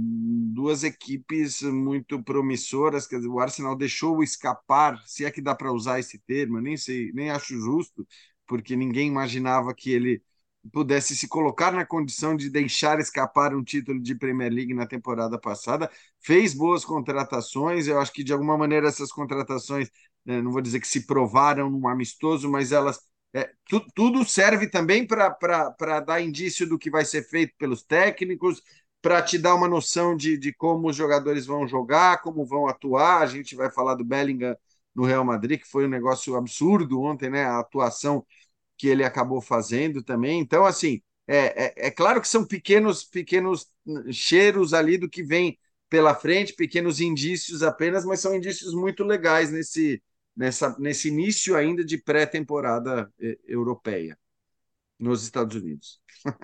duas equipes muito promissoras. Quer dizer, o Arsenal deixou escapar, se é que dá para usar esse termo, eu nem sei, nem acho justo, porque ninguém imaginava que ele pudesse se colocar na condição de deixar escapar um título de Premier League na temporada passada. Fez boas contratações, eu acho que de alguma maneira essas contratações, né, não vou dizer que se provaram num amistoso, mas elas é, tu, tudo serve também para dar indício do que vai ser feito pelos técnicos, para te dar uma noção de, de como os jogadores vão jogar, como vão atuar. A gente vai falar do Bellingham no Real Madrid, que foi um negócio absurdo ontem, né? A atuação que ele acabou fazendo também. Então, assim, é, é, é claro que são pequenos, pequenos cheiros ali do que vem pela frente, pequenos indícios apenas, mas são indícios muito legais nesse, nessa, nesse início ainda de pré-temporada eh, europeia nos Estados Unidos.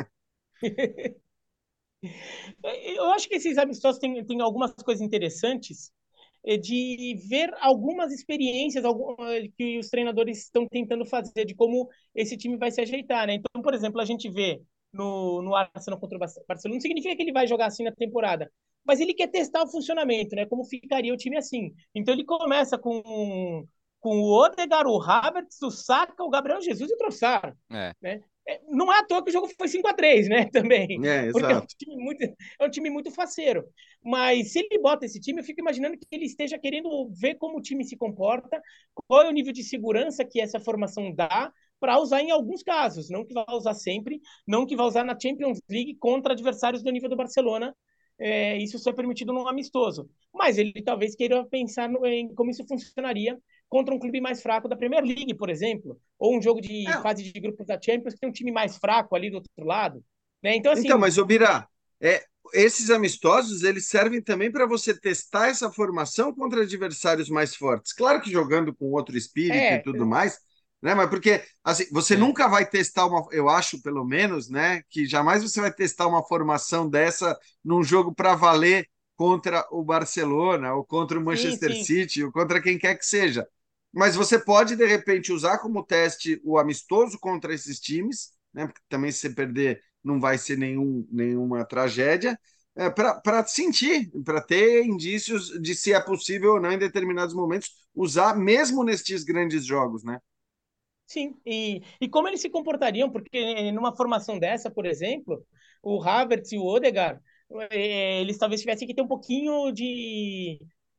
Eu acho que esses amistosos têm, têm algumas coisas interessantes é, de ver algumas experiências algum, que os treinadores estão tentando fazer, de como esse time vai se ajeitar, né? Então, por exemplo, a gente vê no, no Arsenal contra o Barcelona, não significa que ele vai jogar assim na temporada, mas ele quer testar o funcionamento, né? Como ficaria o time assim. Então ele começa com, com o Odegaard, o Havertz, o Saka, o Gabriel Jesus e o Trossard, É. né? Não é à toa que o jogo foi cinco a três, né? Também. É, Porque é um exato. time muito, é um time muito faceiro. Mas se ele bota esse time, eu fico imaginando que ele esteja querendo ver como o time se comporta, qual é o nível de segurança que essa formação dá para usar em alguns casos. Não que vai usar sempre, não que vai usar na Champions League contra adversários do nível do Barcelona. É, isso só é permitido num amistoso. Mas ele talvez queira pensar no, em como isso funcionaria contra um clube mais fraco da Premier League, por exemplo, ou um jogo de É, fase de grupos da Champions que tem um time mais fraco ali do outro lado, né? Então, então, assim, mas, Obira, é, esses amistosos eles servem também para você testar essa formação contra adversários mais fortes. Claro que jogando com outro espírito e é, tudo mais, né? Mas porque assim, você Sim. nunca vai testar uma, eu acho, pelo menos, né? Que jamais você vai testar uma formação dessa num jogo para valer contra o Barcelona, ou contra o sim, Manchester sim, City, ou contra quem quer que seja. Mas você pode, de repente, usar como teste o amistoso contra esses times, né? Porque também se você perder não vai ser nenhum, nenhuma tragédia, é, para sentir, para ter indícios de se é possível ou não, em determinados momentos, usar mesmo nestes grandes jogos, né? sim. E, e como eles se comportariam? Porque numa formação dessa, por exemplo, o Havertz e o Odegaard, eh, eles talvez tivessem que ter um pouquinho de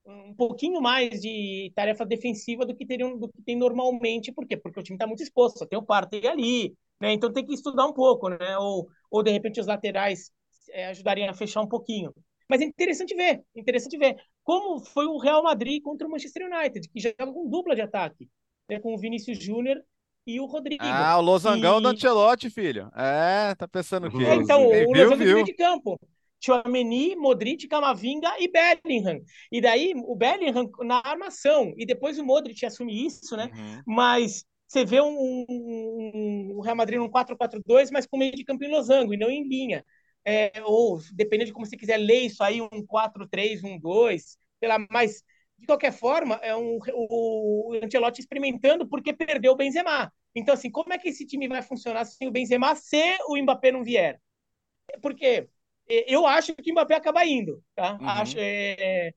um pouquinho mais de tarefa defensiva do que teriam, do que tem normalmente. Por quê? Porque o time está muito exposto, só tem o Partey ali, né? Então tem que estudar um pouco, né? Ou, ou de repente os laterais é, ajudariam a fechar um pouquinho. Mas é interessante ver, interessante ver como foi o Real Madrid contra o Manchester United, que joga com dupla de ataque, né? Com o Vinícius Júnior e o Rodrigo. Ah, o losangão do E Ancelotti, filho. É, tá pensando o é, quê? então, Rose. Quem o viu, losango de meio viu. de campo. Tchouaméni, Modric, Camavinga e Bellingham. E daí o Bellingham na armação. E depois o Modric assume isso, né? Uhum. Mas você vê um, um, um, um Real Madrid num quatro quatro dois, mas com meio de campo em losango e não em linha. É, ou, dependendo de como você quiser ler isso aí, um quatro três um dois, sei lá, mas de qualquer forma, é um, o, o Ancelotti experimentando porque perdeu o Benzema. Então, assim, como é que esse time vai funcionar sem o Benzema se o Mbappé não vier? Porque eu acho que o Mbappé acaba indo, tá? Acho, Uhum. é...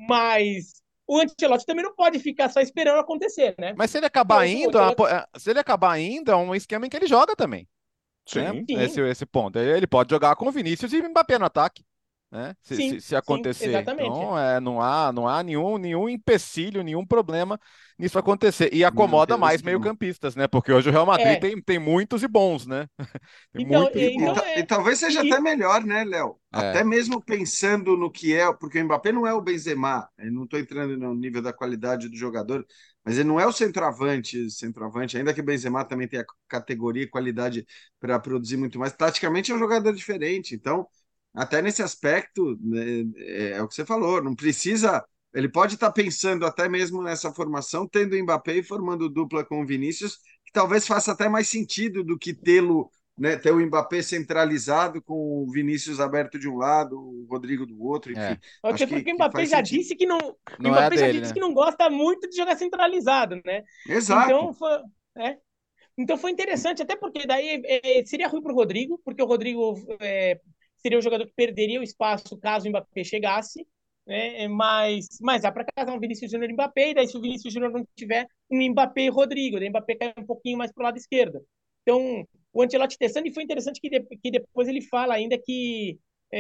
Mas o Ancelotti também não pode ficar só esperando acontecer, né? Mas se ele Porque acabar o indo, é uma po- Ancelotti, é, se ele acabar indo, é um esquema em que ele joga também, né? Sim. Esse, sim, esse ponto. Ele, ele pode jogar com Vinícius e Mbappé no ataque, né? Se, se, sim, se sim, acontecer. exatamente. Então, é, não há, não há nenhum, nenhum empecilho, nenhum problema nisso acontecer. E acomoda Manter o mais esquema. meio-campistas, né? Porque hoje o Real Madrid É, tem, tem muitos e bons, né? Tem então, muitos E, e é, e então bons. ta- e é, talvez seja até e, melhor, né, Léo? É. Até mesmo pensando no que é, porque o Mbappé não é o Benzema, eu não estou entrando no nível da qualidade do jogador, mas ele não é o centroavante, centroavante, ainda que o Benzema também tenha categoria e qualidade para produzir muito mais, taticamente é um jogador diferente. Então, até nesse aspecto, né, é, é o que você falou, não precisa. Ele pode estar pensando até mesmo nessa formação, tendo o Mbappé e formando dupla com o Vinícius, que talvez faça até mais sentido do que tê-lo, né, ter o Mbappé centralizado com o Vinícius aberto de um lado, o Rodrigo do outro, enfim, É. acho até que, porque o que Mbappé faz já sentido. disse que não, o Não é a Mbappé já dele, disse que né? não gosta muito de jogar centralizado, né? Exato. Então foi, é, então foi interessante, até porque daí é, seria ruim para o Rodrigo, porque o Rodrigo é, seria um jogador que perderia o espaço caso o Mbappé chegasse, né? Mas, mas dá para casar um Vinícius Júnior e Mbappé, e daí se o Vinícius Júnior não tiver um Mbappé e Rodrigo, daí o Mbappé cai um pouquinho mais para o lado esquerdo. Então, o Ancelotti testando, e foi interessante que, de, que depois ele fala ainda que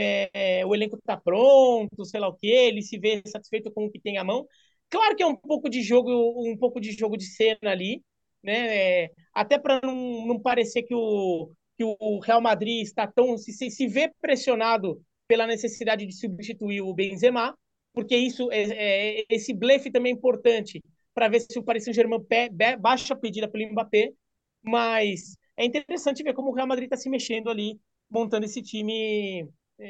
é, é, o elenco está pronto, sei lá o quê, ele se vê satisfeito com o que tem à mão. Claro que é um pouco de jogo, um pouco de jogo de cena ali, né? É, até para não, não parecer que o, que o Real Madrid está tão se, se vê pressionado pela necessidade de substituir o Benzema, porque isso é, é esse blefe também é importante para ver se o Paris Saint-Germain baixa a pedida pelo Mbappé, mas é interessante ver como o Real Madrid está se mexendo ali, montando esse time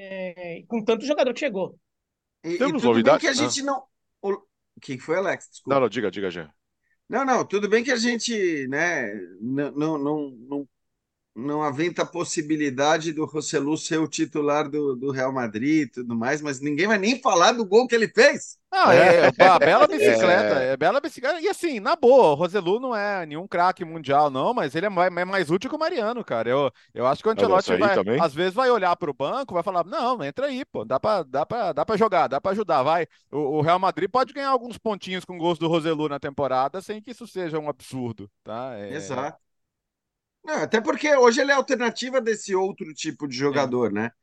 é, com tanto jogador que chegou. E, e Temos tudo bem novidade? que a Ah. gente não. O o que que foi, Alex? Não, Desculpa. não, diga, diga, já. Não, não, tudo bem que a gente, né, não, não, não, não não aventa a possibilidade do Rossellu ser o titular do, do Real Madrid e tudo mais, mas ninguém vai nem falar do gol que ele fez. Ah, É, é, é uma bela Mas é isso. bicicleta, é, é bela bicicleta. E assim, na boa, o Roselu não é nenhum craque mundial, não, mas ele é mais, é mais útil que o Mariano, cara. Eu, eu acho que o não, nessa Ancelotti aí vai, também. às vezes, vai olhar para o banco, vai falar: não, entra aí, pô, dá pra, dá pra, dá pra jogar, dá pra ajudar, vai. O, o Real Madrid pode ganhar alguns pontinhos com gols do Roselu na temporada, sem que isso seja um absurdo, tá? É, Exato. Não, até porque hoje ele é a alternativa desse outro tipo de sim. jogador, né?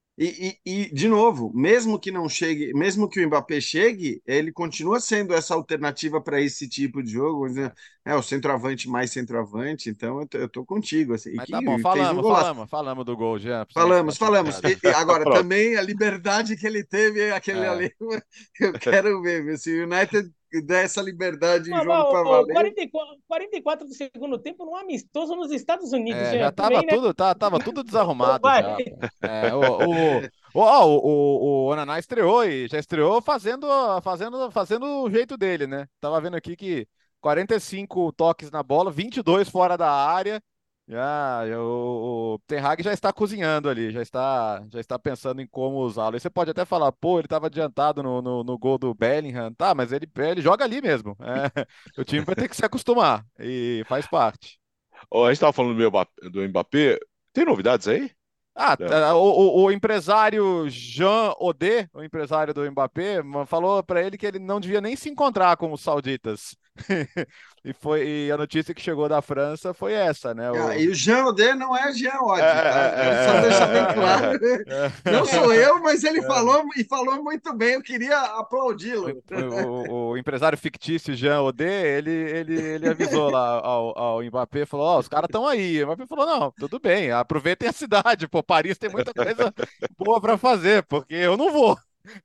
E, e, e, de novo, mesmo que não chegue, mesmo que o Mbappé chegue, ele continua sendo essa alternativa para esse tipo de jogo. Né? É o centroavante mais centroavante, então eu tô, eu tô contigo. Assim, e Mas tá que bom, fez um falamos, golaço. falamos, falamos do gol, já, pra você não ficar Falamos, falamos. chateado. E, e agora, Pronto. também a liberdade que ele teve, aquele É. ali, eu quero ver. viu? Se o United der essa liberdade em Mas, jogo para ó, valer, quarenta e quatro, quarenta e quatro do segundo tempo num amistoso nos Estados Unidos, É, né? já tava Também, né? tudo, tá, tava tudo desarrumado Vai. já, pô. É, o, o, o, ó, o, o, o Onaná estreou e já estreou fazendo, fazendo, fazendo o jeito dele, né? Tava vendo aqui que quarenta e cinco toques na bola, vinte e dois fora da área. Já, já, o, o Ten Hag já está cozinhando ali, já está, já está pensando em como usá-lo. E você pode até falar, pô, ele estava adiantado no, no, no gol do Bellingham, tá? Mas ele, ele joga ali mesmo. É, o time vai ter que se acostumar e faz parte. Ó, a gente estava falando do, meu, Mbappé- do Mbappé. Tem novidades aí? Ah, Léo? tá, o, o- o empresário Jean Odé, o empresário do Mbappé, ma- falou para ele que ele não devia nem se encontrar com os sauditas. E, foi, e a notícia que chegou da França foi essa, né? Ah, O... e o Jean Odé não é Jean É, Oddi, tá? Vamos só deixar bem claro. é, é, Não sou eu, mas ele é. falou e falou muito bem. Eu queria aplaudi-lo. O, o- o empresário fictício Jean Odé, ele, ele, ele avisou lá ao, ao Mbappé, falou, ó, os caras estão aí. O Mbappé falou, não, tudo bem, aproveitem a cidade, pô, Paris tem muita coisa boa para fazer, porque eu não vou.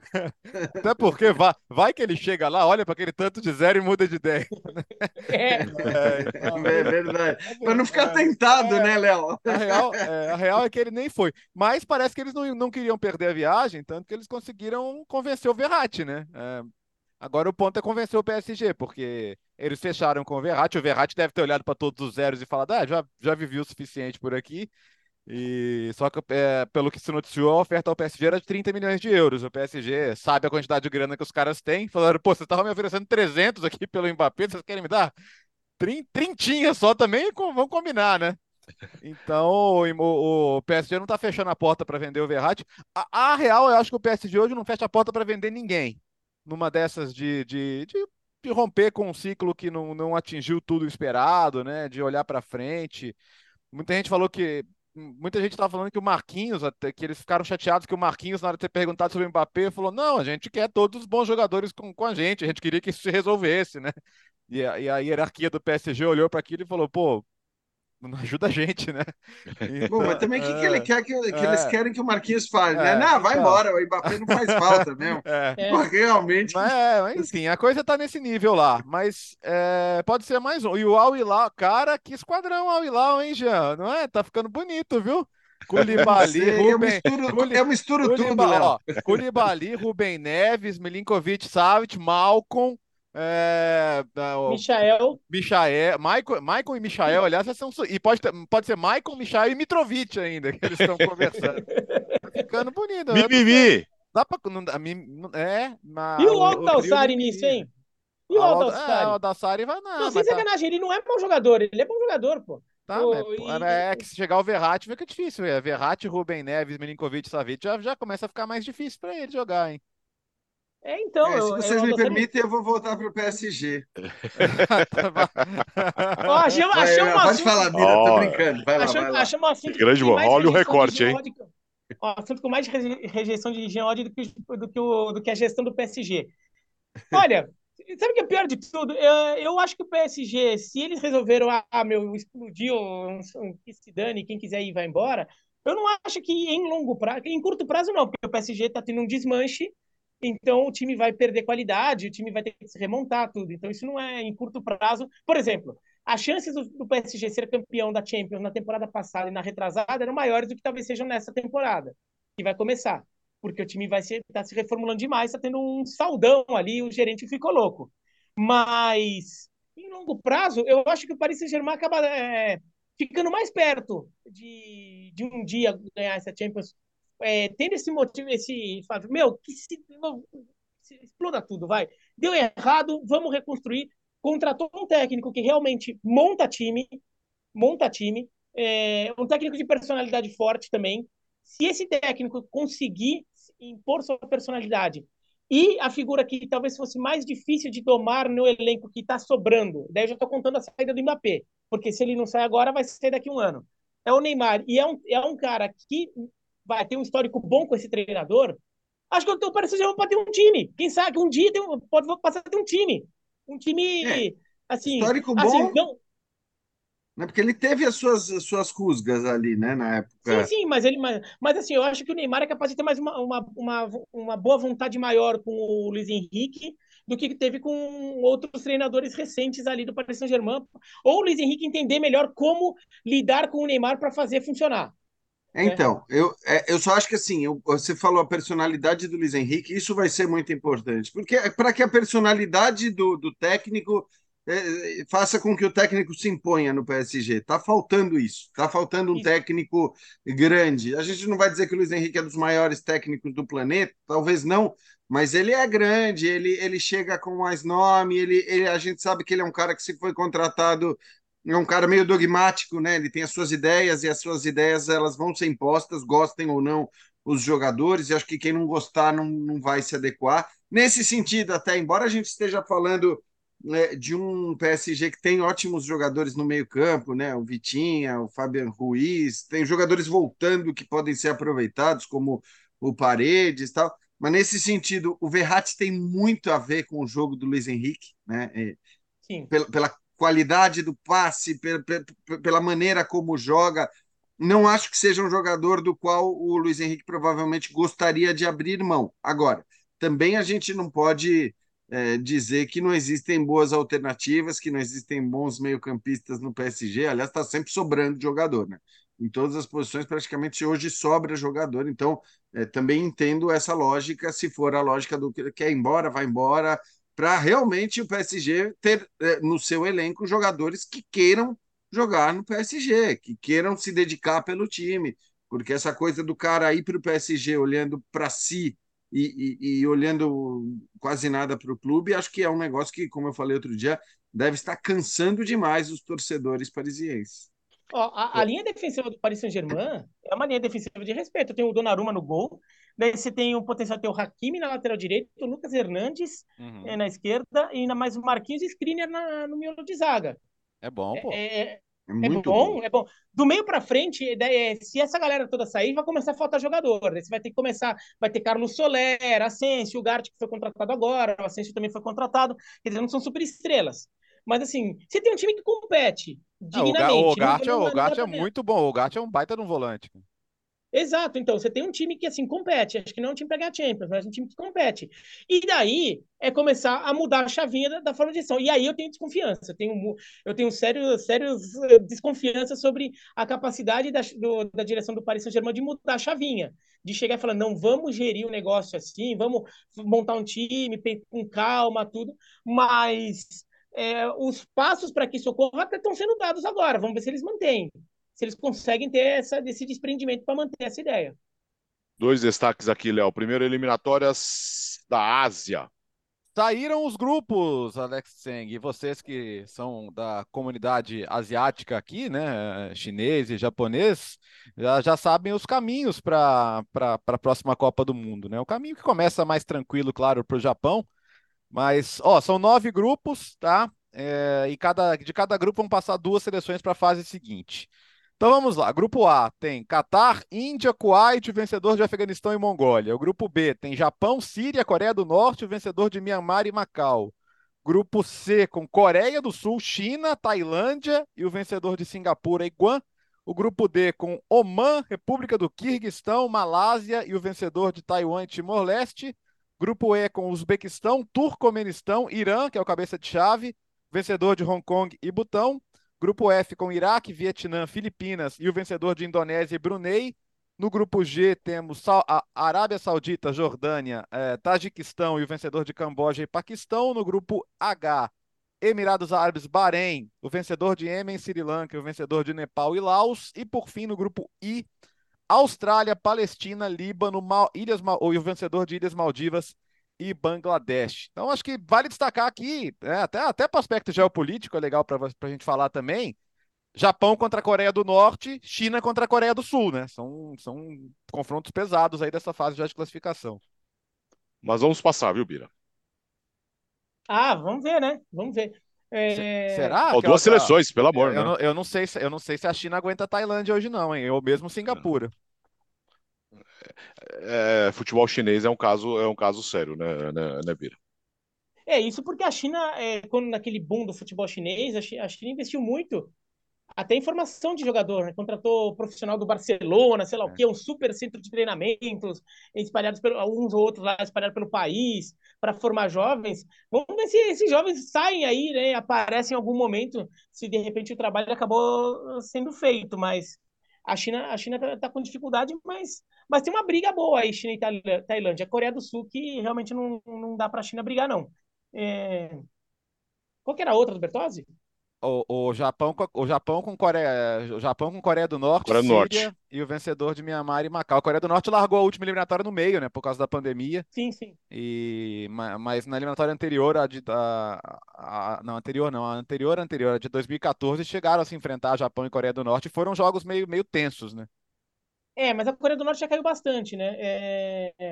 Até porque vai, vai que ele chega lá, olha para aquele tanto de zero e muda de ideia. É, É, então, É verdade. Para não ficar é, tentado, é, né, Léo? a real, é, a real é que ele nem foi. Mas parece que eles não, não queriam perder a viagem, tanto que eles conseguiram convencer o Verratti, né? É, agora o ponto é convencer o P S G, porque eles fecharam com o Verratti. O Verratti deve ter olhado para todos os zeros e falado: ah, já, já vivi o suficiente por aqui. E só que, é, pelo que se noticiou, a oferta ao P S G era de trinta milhões de euros. O P S G sabe a quantidade de grana que os caras têm. Falaram: pô, vocês estavam me oferecendo trezentos aqui pelo Mbappé, vocês querem me dar Trin- trintinha só também? Com- Vamos combinar, né? Então, o, o- o P S G não tá fechando a porta para vender o Verratti. A, a real, eu acho que o P S G hoje não fecha a porta para vender ninguém. Numa dessas de, de, de, de romper com um ciclo que não, não atingiu tudo esperado, né? De olhar para frente. Muita gente falou que. Muita gente estava falando que o Marquinhos, até que eles ficaram chateados que o Marquinhos, na hora de ter perguntado sobre o Mbappé, falou: não, a gente quer todos os bons jogadores com, com a gente, a gente queria que isso se resolvesse, né? E a, e a hierarquia do P S G olhou para aquilo e falou: pô, não ajuda a gente, né? Bom, mas Então, também o que, que ele é, quer que, que eles é, querem que o Marquinhos fale, né? é, Não, vai então, embora, o Mbappé não faz falta mesmo. é, Pô, é. realmente. mas, é, mas, enfim, a coisa tá nesse nível lá, mas é, pode ser mais um. E o Al Hilal, cara, que esquadrão Al Hilal, hein, Jean? Não é? Tá ficando bonito, viu? Eu não Koulibaly, sei, eu Rubem, misturo, Kouli, eu misturo tudo, Kouliba, Léo. ó, Koulibaly, Rubem Neves, Milinkovic, Savic, Malcolm, é, é, o Michael. Michael, Michael, Michael e Michael, aliás, são, e pode, ter- pode ser Michael, Michael e Mitrovic ainda, que eles estão conversando. Tá ficando bonito, eu não sei. Mimimi! Dá pra, não, dá- mi- não- é, E mas o o, o trio Alçari nisso, mimimi. hein? E o Ah, o Alda- é, o Alçari? Aldassari vai Não, não, sem mas tá, sacanagem, ele não é mau jogador, ele é bom jogador, pô. tá, mas O- pô, e- é que se chegar o Verratti fica difícil, é. Verratti, Rubem Neves, Milinkovic, Savic, já, já começa a ficar mais difícil pra ele jogar, hein? é, então, É, se eu, eu, vocês o me Alçari. permitem, eu vou voltar para o P S G. Tá, vai. Ó, achei, Vai, achei um Léo, pode falar, assunto. Mira, tô Ó, brincando. Vai lá, Achei, vai lá. achei um assunto que grande tem bom. mais Olha o rejeição de recorte, hein? Geode. Ó, assunto com mais reje- rejeição de Geode do que, do, que o, do que a gestão do P S G. Olha, sabe o que é pior de tudo? Eu, eu acho que o P S G, se eles resolveram, ah, meu, explodiu, um, um, que se dane, quem quiser ir vai embora, eu não acho que em longo prazo, em curto prazo não, porque o P S G está tendo um desmanche, então o time vai perder qualidade, o time vai ter que se remontar tudo. Então isso não é em curto prazo. Por exemplo, as chances do, do P S G ser campeão da Champions na temporada passada e na retrasada eram maiores do que talvez sejam nessa temporada, que vai começar porque o time vai estar tá se reformulando demais, está tendo um saldão ali, o gerente ficou louco. Mas, em longo prazo, eu acho que o Paris Saint-Germain acaba é, ficando mais perto de, de um dia ganhar essa Champions, é, tendo esse motivo, esse fato, meu, que se, se exploda tudo, vai. Deu errado, vamos reconstruir. Contratou um técnico que realmente monta time, monta time, é, um técnico de personalidade forte também. Se esse técnico conseguir impor sua personalidade e a figura que talvez fosse mais difícil de domar no elenco que está sobrando, daí eu já estou contando a saída do Mbappé, porque se ele não sai agora, vai sair daqui a um ano. É o Neymar, e é um, é um cara que vai ter um histórico bom com esse treinador. Acho que eu estou parecendo para ter um time. Quem sabe um dia tem, pode passar a ter um time. Um É, time, assim, histórico assim, bom, não, né? Porque ele teve as suas, as suas rusgas ali, né, na sim, época. sim, mas ele, mas, mas assim, eu acho que o Neymar é capaz de ter mais uma, uma, uma, uma boa vontade maior com o Luiz Henrique do que teve com outros treinadores recentes ali do Paris Saint-Germain, ou o Luiz Henrique entender melhor como lidar com o Neymar para fazer funcionar, né? Então, eu, é, eu só acho que assim, eu- você falou a personalidade do Luiz Henrique, isso vai ser muito importante, porque para que a personalidade do, do técnico é, faça com que o técnico se imponha no P S G. Está faltando isso, está faltando um Isso, técnico grande. A gente não vai dizer que o Luiz Henrique é dos maiores técnicos do planeta, talvez não, mas ele é grande, ele, ele chega com mais nome, ele, ele, a gente sabe que ele é um cara que se foi contratado é um cara meio dogmático, né? Ele tem as suas ideias e as suas ideias elas vão ser impostas, gostem ou não os jogadores, e acho que quem não gostar não, não vai se adequar. Nesse sentido, até embora a gente esteja falando né, de um P S G que tem ótimos jogadores no meio-campo, né? O Vitinha, o Fabian Ruiz, tem jogadores voltando que podem ser aproveitados, como o Paredes e tal. Mas nesse sentido, o Verratti tem muito a ver com o jogo do Luiz Henrique, né? É, Sim. pela, pela qualidade do passe, pela, pela maneira como joga. Não acho que seja um jogador do qual o Luiz Henrique provavelmente gostaria de abrir mão. Agora, também a gente não pode é, dizer que não existem boas alternativas, que não existem bons meio-campistas no P S G. Aliás, está sempre sobrando jogador, né? Em todas as posições, praticamente hoje sobra jogador. Então, é, também entendo essa lógica. Se for a lógica do que quer ir embora, vai embora, para realmente o P S G ter é, no seu elenco jogadores que queiram jogar no P S G, que queiram se dedicar pelo time, porque essa coisa do cara ir para o P S G olhando para si e, e, e, olhando quase nada para o clube, acho que é um negócio que, como eu falei outro dia, deve estar cansando demais os torcedores parisienses. Ó, a, a linha defensiva do Paris Saint-Germain é uma linha defensiva de respeito. Tem o Donnarumma no gol, daí você tem o potencial de ter o Hakimi na lateral direita, o Lucas Hernandes Uhum. é, na esquerda e ainda mais o Marquinhos e Skriniar na, no miolo de zaga. É bom, pô. É, é, É é muito bom. bom, é bom. Do meio para frente, daí, se essa galera toda sair, vai começar a faltar jogador. Daí você vai ter que começar, vai ter Carlos Soler, Asensio, o Gart, que foi contratado agora, o Asensio também foi contratado, eles não são super estrelas. Mas assim, você tem um time que compete Ah, o, Ga- o dignamente, não, Gart, é- não, o não dá Gart é pra ganhar. muito bom. O Gart é um baita de um volante. Exato, então, você tem um time que, assim, compete. Acho que não é um time para ganhar Champions, mas é um time que compete. E daí é começar a mudar a chavinha da, da forma de gestão. E aí eu tenho desconfiança. Eu tenho, mu- eu tenho sérios, sérios eh, desconfiança sobre a capacidade da, do- da direção do Paris Saint-Germain de mudar a chavinha. De chegar e falar, não, vamos gerir o negócio assim, vamos montar um time pe- com calma, tudo. Mas é, os passos para que isso ocorra até estão sendo dados agora. Vamos ver se eles mantêm, se eles conseguem ter essa, esse desprendimento para manter essa ideia. Dois destaques aqui, Léo. Primeiro, eliminatórias da Ásia. Saíram os grupos, Alex Tseng, e vocês que são da comunidade asiática aqui, né, chinês e japonês, já, já sabem os caminhos para para a próxima Copa do Mundo, né? O caminho que começa mais tranquilo, claro, para o Japão, mas, ó, são nove grupos, tá? É, e cada, de cada grupo vão passar duas seleções para a fase seguinte. Então vamos lá. Grupo A tem Catar, Índia, Kuwait, o vencedor de Afeganistão e Mongólia. O grupo B tem Japão, Síria, Coreia do Norte, o vencedor de Mianmar e Macau. Grupo C com Coreia do Sul, China, Tailândia e o vencedor de Singapura e Guam. O grupo D com Omã, República do Quirguistão, Malásia e o vencedor de Taiwan e Timor-Leste. Grupo E com Uzbequistão, Turcomenistão, Irã, que é o cabeça de chave, vencedor de Hong Kong e Butão. Grupo F com Iraque, Vietnã, Filipinas e o vencedor de Indonésia e Brunei. No grupo G temos a Arábia Saudita, Jordânia, eh, Tajiquistão e o vencedor de Camboja e Paquistão. No grupo H, Emirados Árabes, Bahrein, o vencedor de Iêmen, Sri Lanka e o vencedor de Nepal e Laos. E por fim, no grupo I, Austrália, Palestina, Líbano, Mal... Ilhas Mal... e o vencedor de Ilhas Maldivas e Bangladesh. Então, acho que vale destacar aqui, né, até, até para o aspecto geopolítico, é legal para a gente falar também. Japão contra a Coreia do Norte, China contra a Coreia do Sul, né? São, são confrontos pesados aí dessa fase já de classificação. Mas vamos passar, viu, Bira? Ah, vamos ver, né? Vamos ver. Se- É... será Ó, que a duas outra... seleções, pelo eu, amor, eu né? não, eu não sei se, eu não sei se a China aguenta a Tailândia hoje não, hein? Ou mesmo Singapura. É, futebol chinês é um caso, é um caso sério, né, né, né, Bira? é isso porque a China, é, quando naquele boom do futebol chinês, a China, a China investiu muito até em formação de jogador, né? Contratou profissional do Barcelona, sei lá o É. quê, um super centro de treinamentos, espalhados pelo, uns ou outros lá, espalhados pelo país, para formar jovens. Vamos ver se esses jovens saem aí, né? Aparecem em algum momento, se de repente o trabalho acabou sendo feito, mas a China, a China tá, tá com dificuldade, mas, mas tem uma briga boa aí, China e Tailândia. A Coreia do Sul, que realmente não, não dá para a China brigar, não. É... Qual que era a outra do Bertozzi? O, o Japão, com- o Japão com Coreia, o Japão com Coreia do Norte, Coreia do Norte. Síria e o vencedor de Mianmar e Macau. A Coreia do Norte largou a última eliminatória no meio, né, por causa da pandemia. Sim, sim. E ma- mas na eliminatória anterior, a de, a, a- não anterior não, a anterior anterior, a de dois mil e quatorze, chegaram a se enfrentar Japão e Coreia do Norte. E foram jogos meio meio tensos, né? É, mas a Coreia do Norte já caiu bastante, né? É...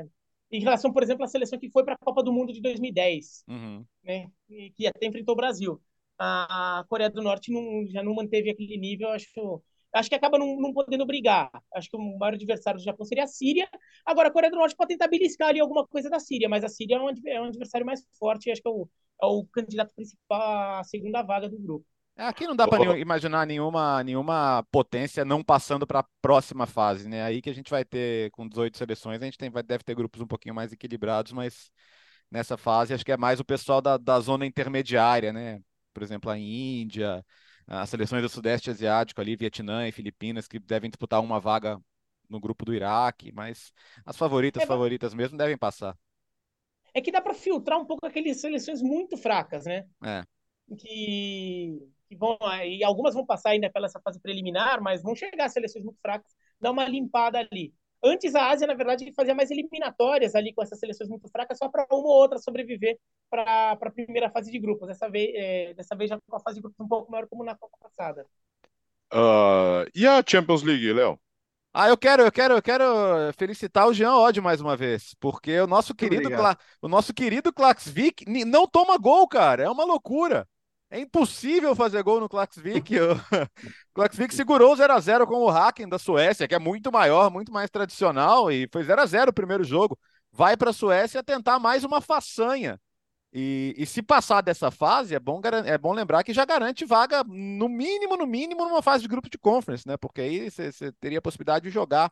em relação, por exemplo, à seleção que foi para a Copa do Mundo de dois mil e dez, Uhum. né, e que até enfrentou o Brasil. A, a Coreia do Norte não, já não manteve aquele nível, acho, acho que acaba não, não podendo brigar. Acho que o maior adversário do Japão seria a Síria. Agora, a Coreia do Norte pode tentar beliscar ali alguma coisa da Síria, mas a Síria é um, é um adversário mais forte, e acho que é o, é o candidato principal à segunda vaga do grupo. É, aqui não dá para imaginar nenhuma, nenhuma potência não passando para a próxima fase, né? Aí que a gente vai ter, com dezoito seleções, a gente tem, vai, deve ter grupos um pouquinho mais equilibrados, mas nessa fase acho que é mais o pessoal da, da zona intermediária, né? Por exemplo, a Índia, as seleções do Sudeste Asiático ali, Vietnã e Filipinas, que devem disputar uma vaga no grupo do Iraque, mas as favoritas, É, favoritas mesmo devem passar. é que dá para filtrar um pouco aquelas seleções muito fracas, né? É. Que, que vão, e algumas vão passar ainda pela essa fase preliminar, mas vão chegar a seleções muito fracas, dar uma limpada ali. Antes a Ásia, na verdade, fazia mais eliminatórias ali com essas seleções muito fracas, só para uma ou outra sobreviver para a primeira fase de grupos. Dessa vez, é, dessa vez já com a fase de grupos um pouco maior como na Copa passada. Uh, e a Champions League, Léo? Ah, eu quero, eu quero, eu quero felicitar o Jean Oddi mais uma vez, porque o nosso querido, Cla... o nosso querido Klaksvik não toma gol, cara. É uma loucura. É impossível fazer gol no Klaksvik. O Klaksvik segurou o zero a zero com o Häcken da Suécia, que é muito maior, muito mais tradicional, e foi zero a zero o primeiro jogo. Vai para a Suécia tentar mais uma façanha. E, e se passar dessa fase, é bom, é bom lembrar que já garante vaga, no mínimo, no mínimo, numa fase de grupo de conference, né? Porque aí você teria a possibilidade de jogar,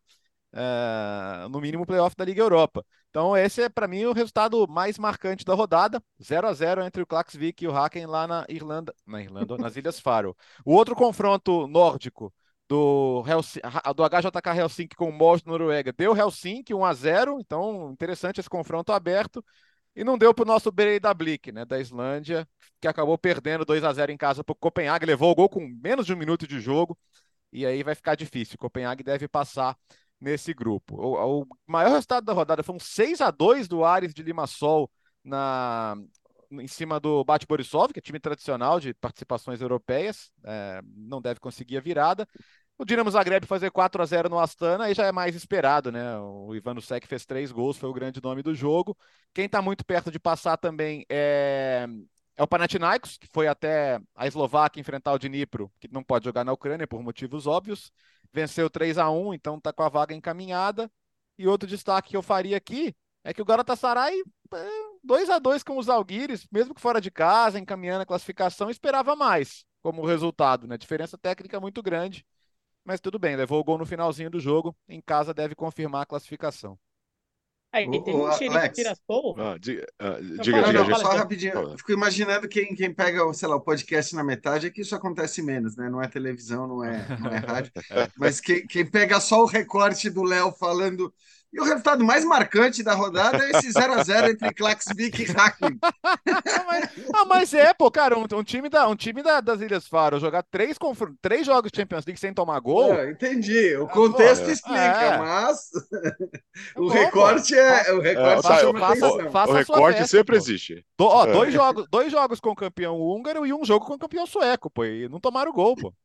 uh, no mínimo, o playoff da Liga Europa. Então, esse é, para mim, o resultado mais marcante da rodada. zero a zero entre o Klaksvik e o Häcken lá na Irlanda, na Irlanda, nas Ilhas Faroe. O outro confronto nórdico do, Helsi do H J K Helsinki com o Molde Noruega deu Helsinki um a zero. Então, interessante esse confronto aberto. E não deu para o nosso Breiðablik, né, da Islândia, que acabou perdendo dois a zero em casa para o Copenhague, levou o gol com menos de um minuto de jogo, e aí vai ficar difícil. O Copenhague deve passar nesse grupo. O, o maior resultado da rodada foi um seis a dois do Ares de Limassol na, em cima do Bate Borisov, que é time tradicional de participações europeias, é, não deve conseguir a virada. O Dinamo Zagreb fazer quatro a zero no Astana, aí já é mais esperado, né? O Ivan Nusek fez três gols, foi o grande nome do jogo. Quem está muito perto de passar também é, é o Panathinaikos, que foi até a Eslováquia enfrentar o Dnipro, que não pode jogar na Ucrânia por motivos óbvios. Venceu três a um, então está com a vaga encaminhada. E outro destaque que eu faria aqui é que o Galatasaray, dois a dois com os Žalgiris, mesmo que fora de casa, encaminhando a classificação, esperava mais como resultado, né? Diferença técnica muito grande. Mas tudo bem, levou o gol no finalzinho do jogo. Em casa deve confirmar a classificação. Aí teve um Xerife Tiraspol. Ah, diga, ah, diga, diga, diga, não, diga. só rapidinho. Eu fico imaginando quem, quem pega, sei lá, o podcast na metade é que isso acontece menos, né? Não é televisão, não é, não é rádio. Mas quem, quem pega só o recorte do Léo falando. E o resultado mais marcante da rodada é esse zero a zero entre Klaksvik e Häcken. ah, mas, ah, mas é, pô, cara, um, um time, da, um time da, das Ilhas Faro jogar três, três jogos de Champions League sem tomar gol. É, entendi. O contexto ah, explica, é. mas é o, bom, recorte é, o recorte é, chama faça, atenção. Faça o recorte festa, sempre pô. existe. Do, ó, é. dois, jogos, dois jogos com o campeão húngaro e um jogo com o campeão sueco, pô, e não tomaram gol, pô.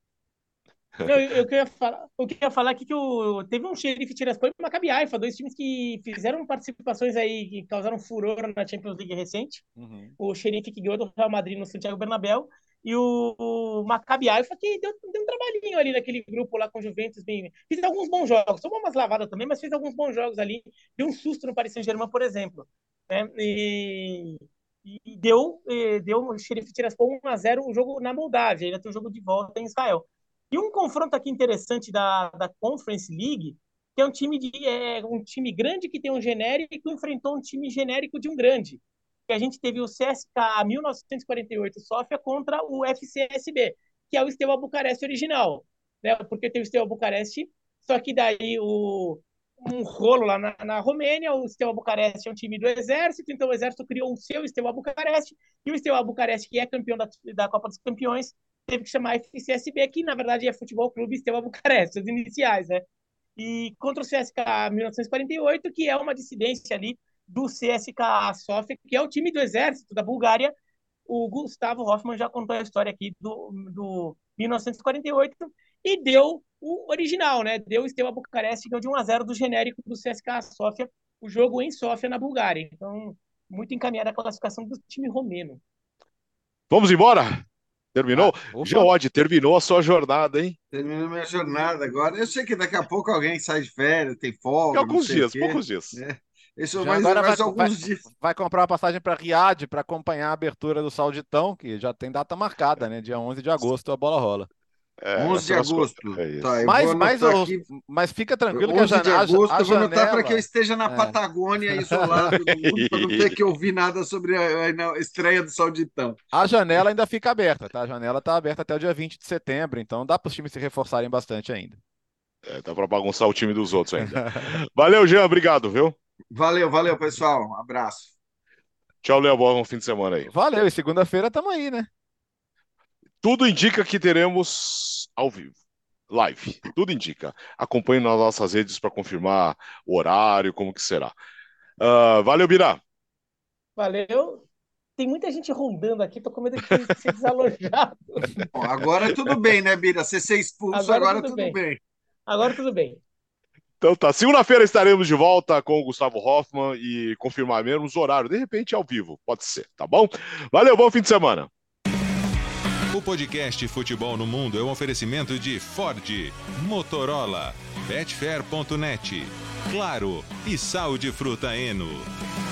Não, eu, eu, queria falar, eu queria falar aqui que o, teve um Xerife Tiraspol e o Maccabi Haifa, dois times que fizeram participações aí que causaram furor na Champions League recente. Uhum. O Xerife que ganhou do Real Madrid no Santiago Bernabéu e o, o Maccabi Haifa que deu, deu um trabalhinho ali naquele grupo lá com o Juventus. Bem, fez alguns bons jogos, tomou umas lavadas também, mas fez alguns bons jogos ali. Deu um susto no Paris Saint-Germain, por exemplo. Né? E, e deu, e deu o Xerife Tiraspol um a zero o jogo na Moldávia, ainda tem um jogo de volta em Israel. E um confronto aqui interessante da, da Conference League, que é um time, de, é, um time grande que tem um genérico enfrentou um time genérico de um grande. Que a gente teve o C S K A mil novecentos e quarenta e oito Sofia contra o F C S B, que é o Steaua Bucareste original. Né? Porque tem o Steaua Bucareste, só que daí o, um rolo lá na, na Romênia, o Steaua Bucareste é um time do Exército, então o Exército criou o seu Steaua Bucareste, e o Steaua Bucareste, que é campeão da, da Copa dos Campeões, teve que chamar F C S B, que na verdade é Futebol Clube Steaua Bucareste, as iniciais, né? E contra o C S K A mil novecentos e quarenta e oito, que é uma dissidência ali do C S K A Sofia, que é o time do Exército da Bulgária. O Gustavo Hoffmann já contou a história aqui do, do mil novecentos e quarenta e oito e deu o original, né? Deu o Steaua Bucareste, ganhou de um a zero do genérico do C S K A Sofia o jogo em Sofia, na Bulgária. Então, muito encaminhada a classificação do time romeno. Vamos embora? Terminou? Ah, Geode, terminou a sua jornada, hein? Terminou minha jornada agora. Eu sei que daqui a pouco alguém sai de férias, tem folga. Tem alguns não sei dias, o quê. poucos dias. É. Isso, Já mas agora mais vai, alguns vai, dias. vai comprar uma passagem para Riad para acompanhar a abertura do Sauditão, que já tem data marcada, né? Dia onze de agosto a bola rola. É, onze de vai ser nosso- agosto. É isso. Tá, eu Mas, vou mas, anotar o- aqui. mas fica tranquilo que a, onze de jane- a, agosto, a eu vou anotar para janela... que eu esteja na É. Patagônia, isolado do mundo, para não ter que ouvir nada sobre a, a- a estreia do Sauditão. A janela ainda fica aberta, tá? A janela está aberta até o dia vinte de setembro, então dá para os times se reforçarem bastante ainda. É, dá pra bagunçar o time dos outros ainda. Valeu, Jean, obrigado, viu? Valeu, valeu, pessoal. Um abraço. Tchau, Léo, bom fim de semana aí. Valeu, e segunda-feira estamos aí, né? Tudo indica que teremos ao vivo, live. Tudo indica. Acompanhe nas nossas redes para confirmar o horário, como que será. Ah, valeu, Bira. Valeu. Tem muita gente rondando aqui, tô com medo de ser desalojado. Bom, agora tudo bem, né, Bira? Você ser expulso, Agora agora, tudo tudo bem. bem. Agora tudo bem. Então tá, segunda-feira estaremos de volta com o Gustavo Hoffman e confirmaremos o horário, de repente ao vivo, pode ser, tá bom? Valeu, bom fim de semana. O podcast Futebol no Mundo é um oferecimento de Ford, Motorola, Betfair ponto net, Claro e Sal de Fruta Eno.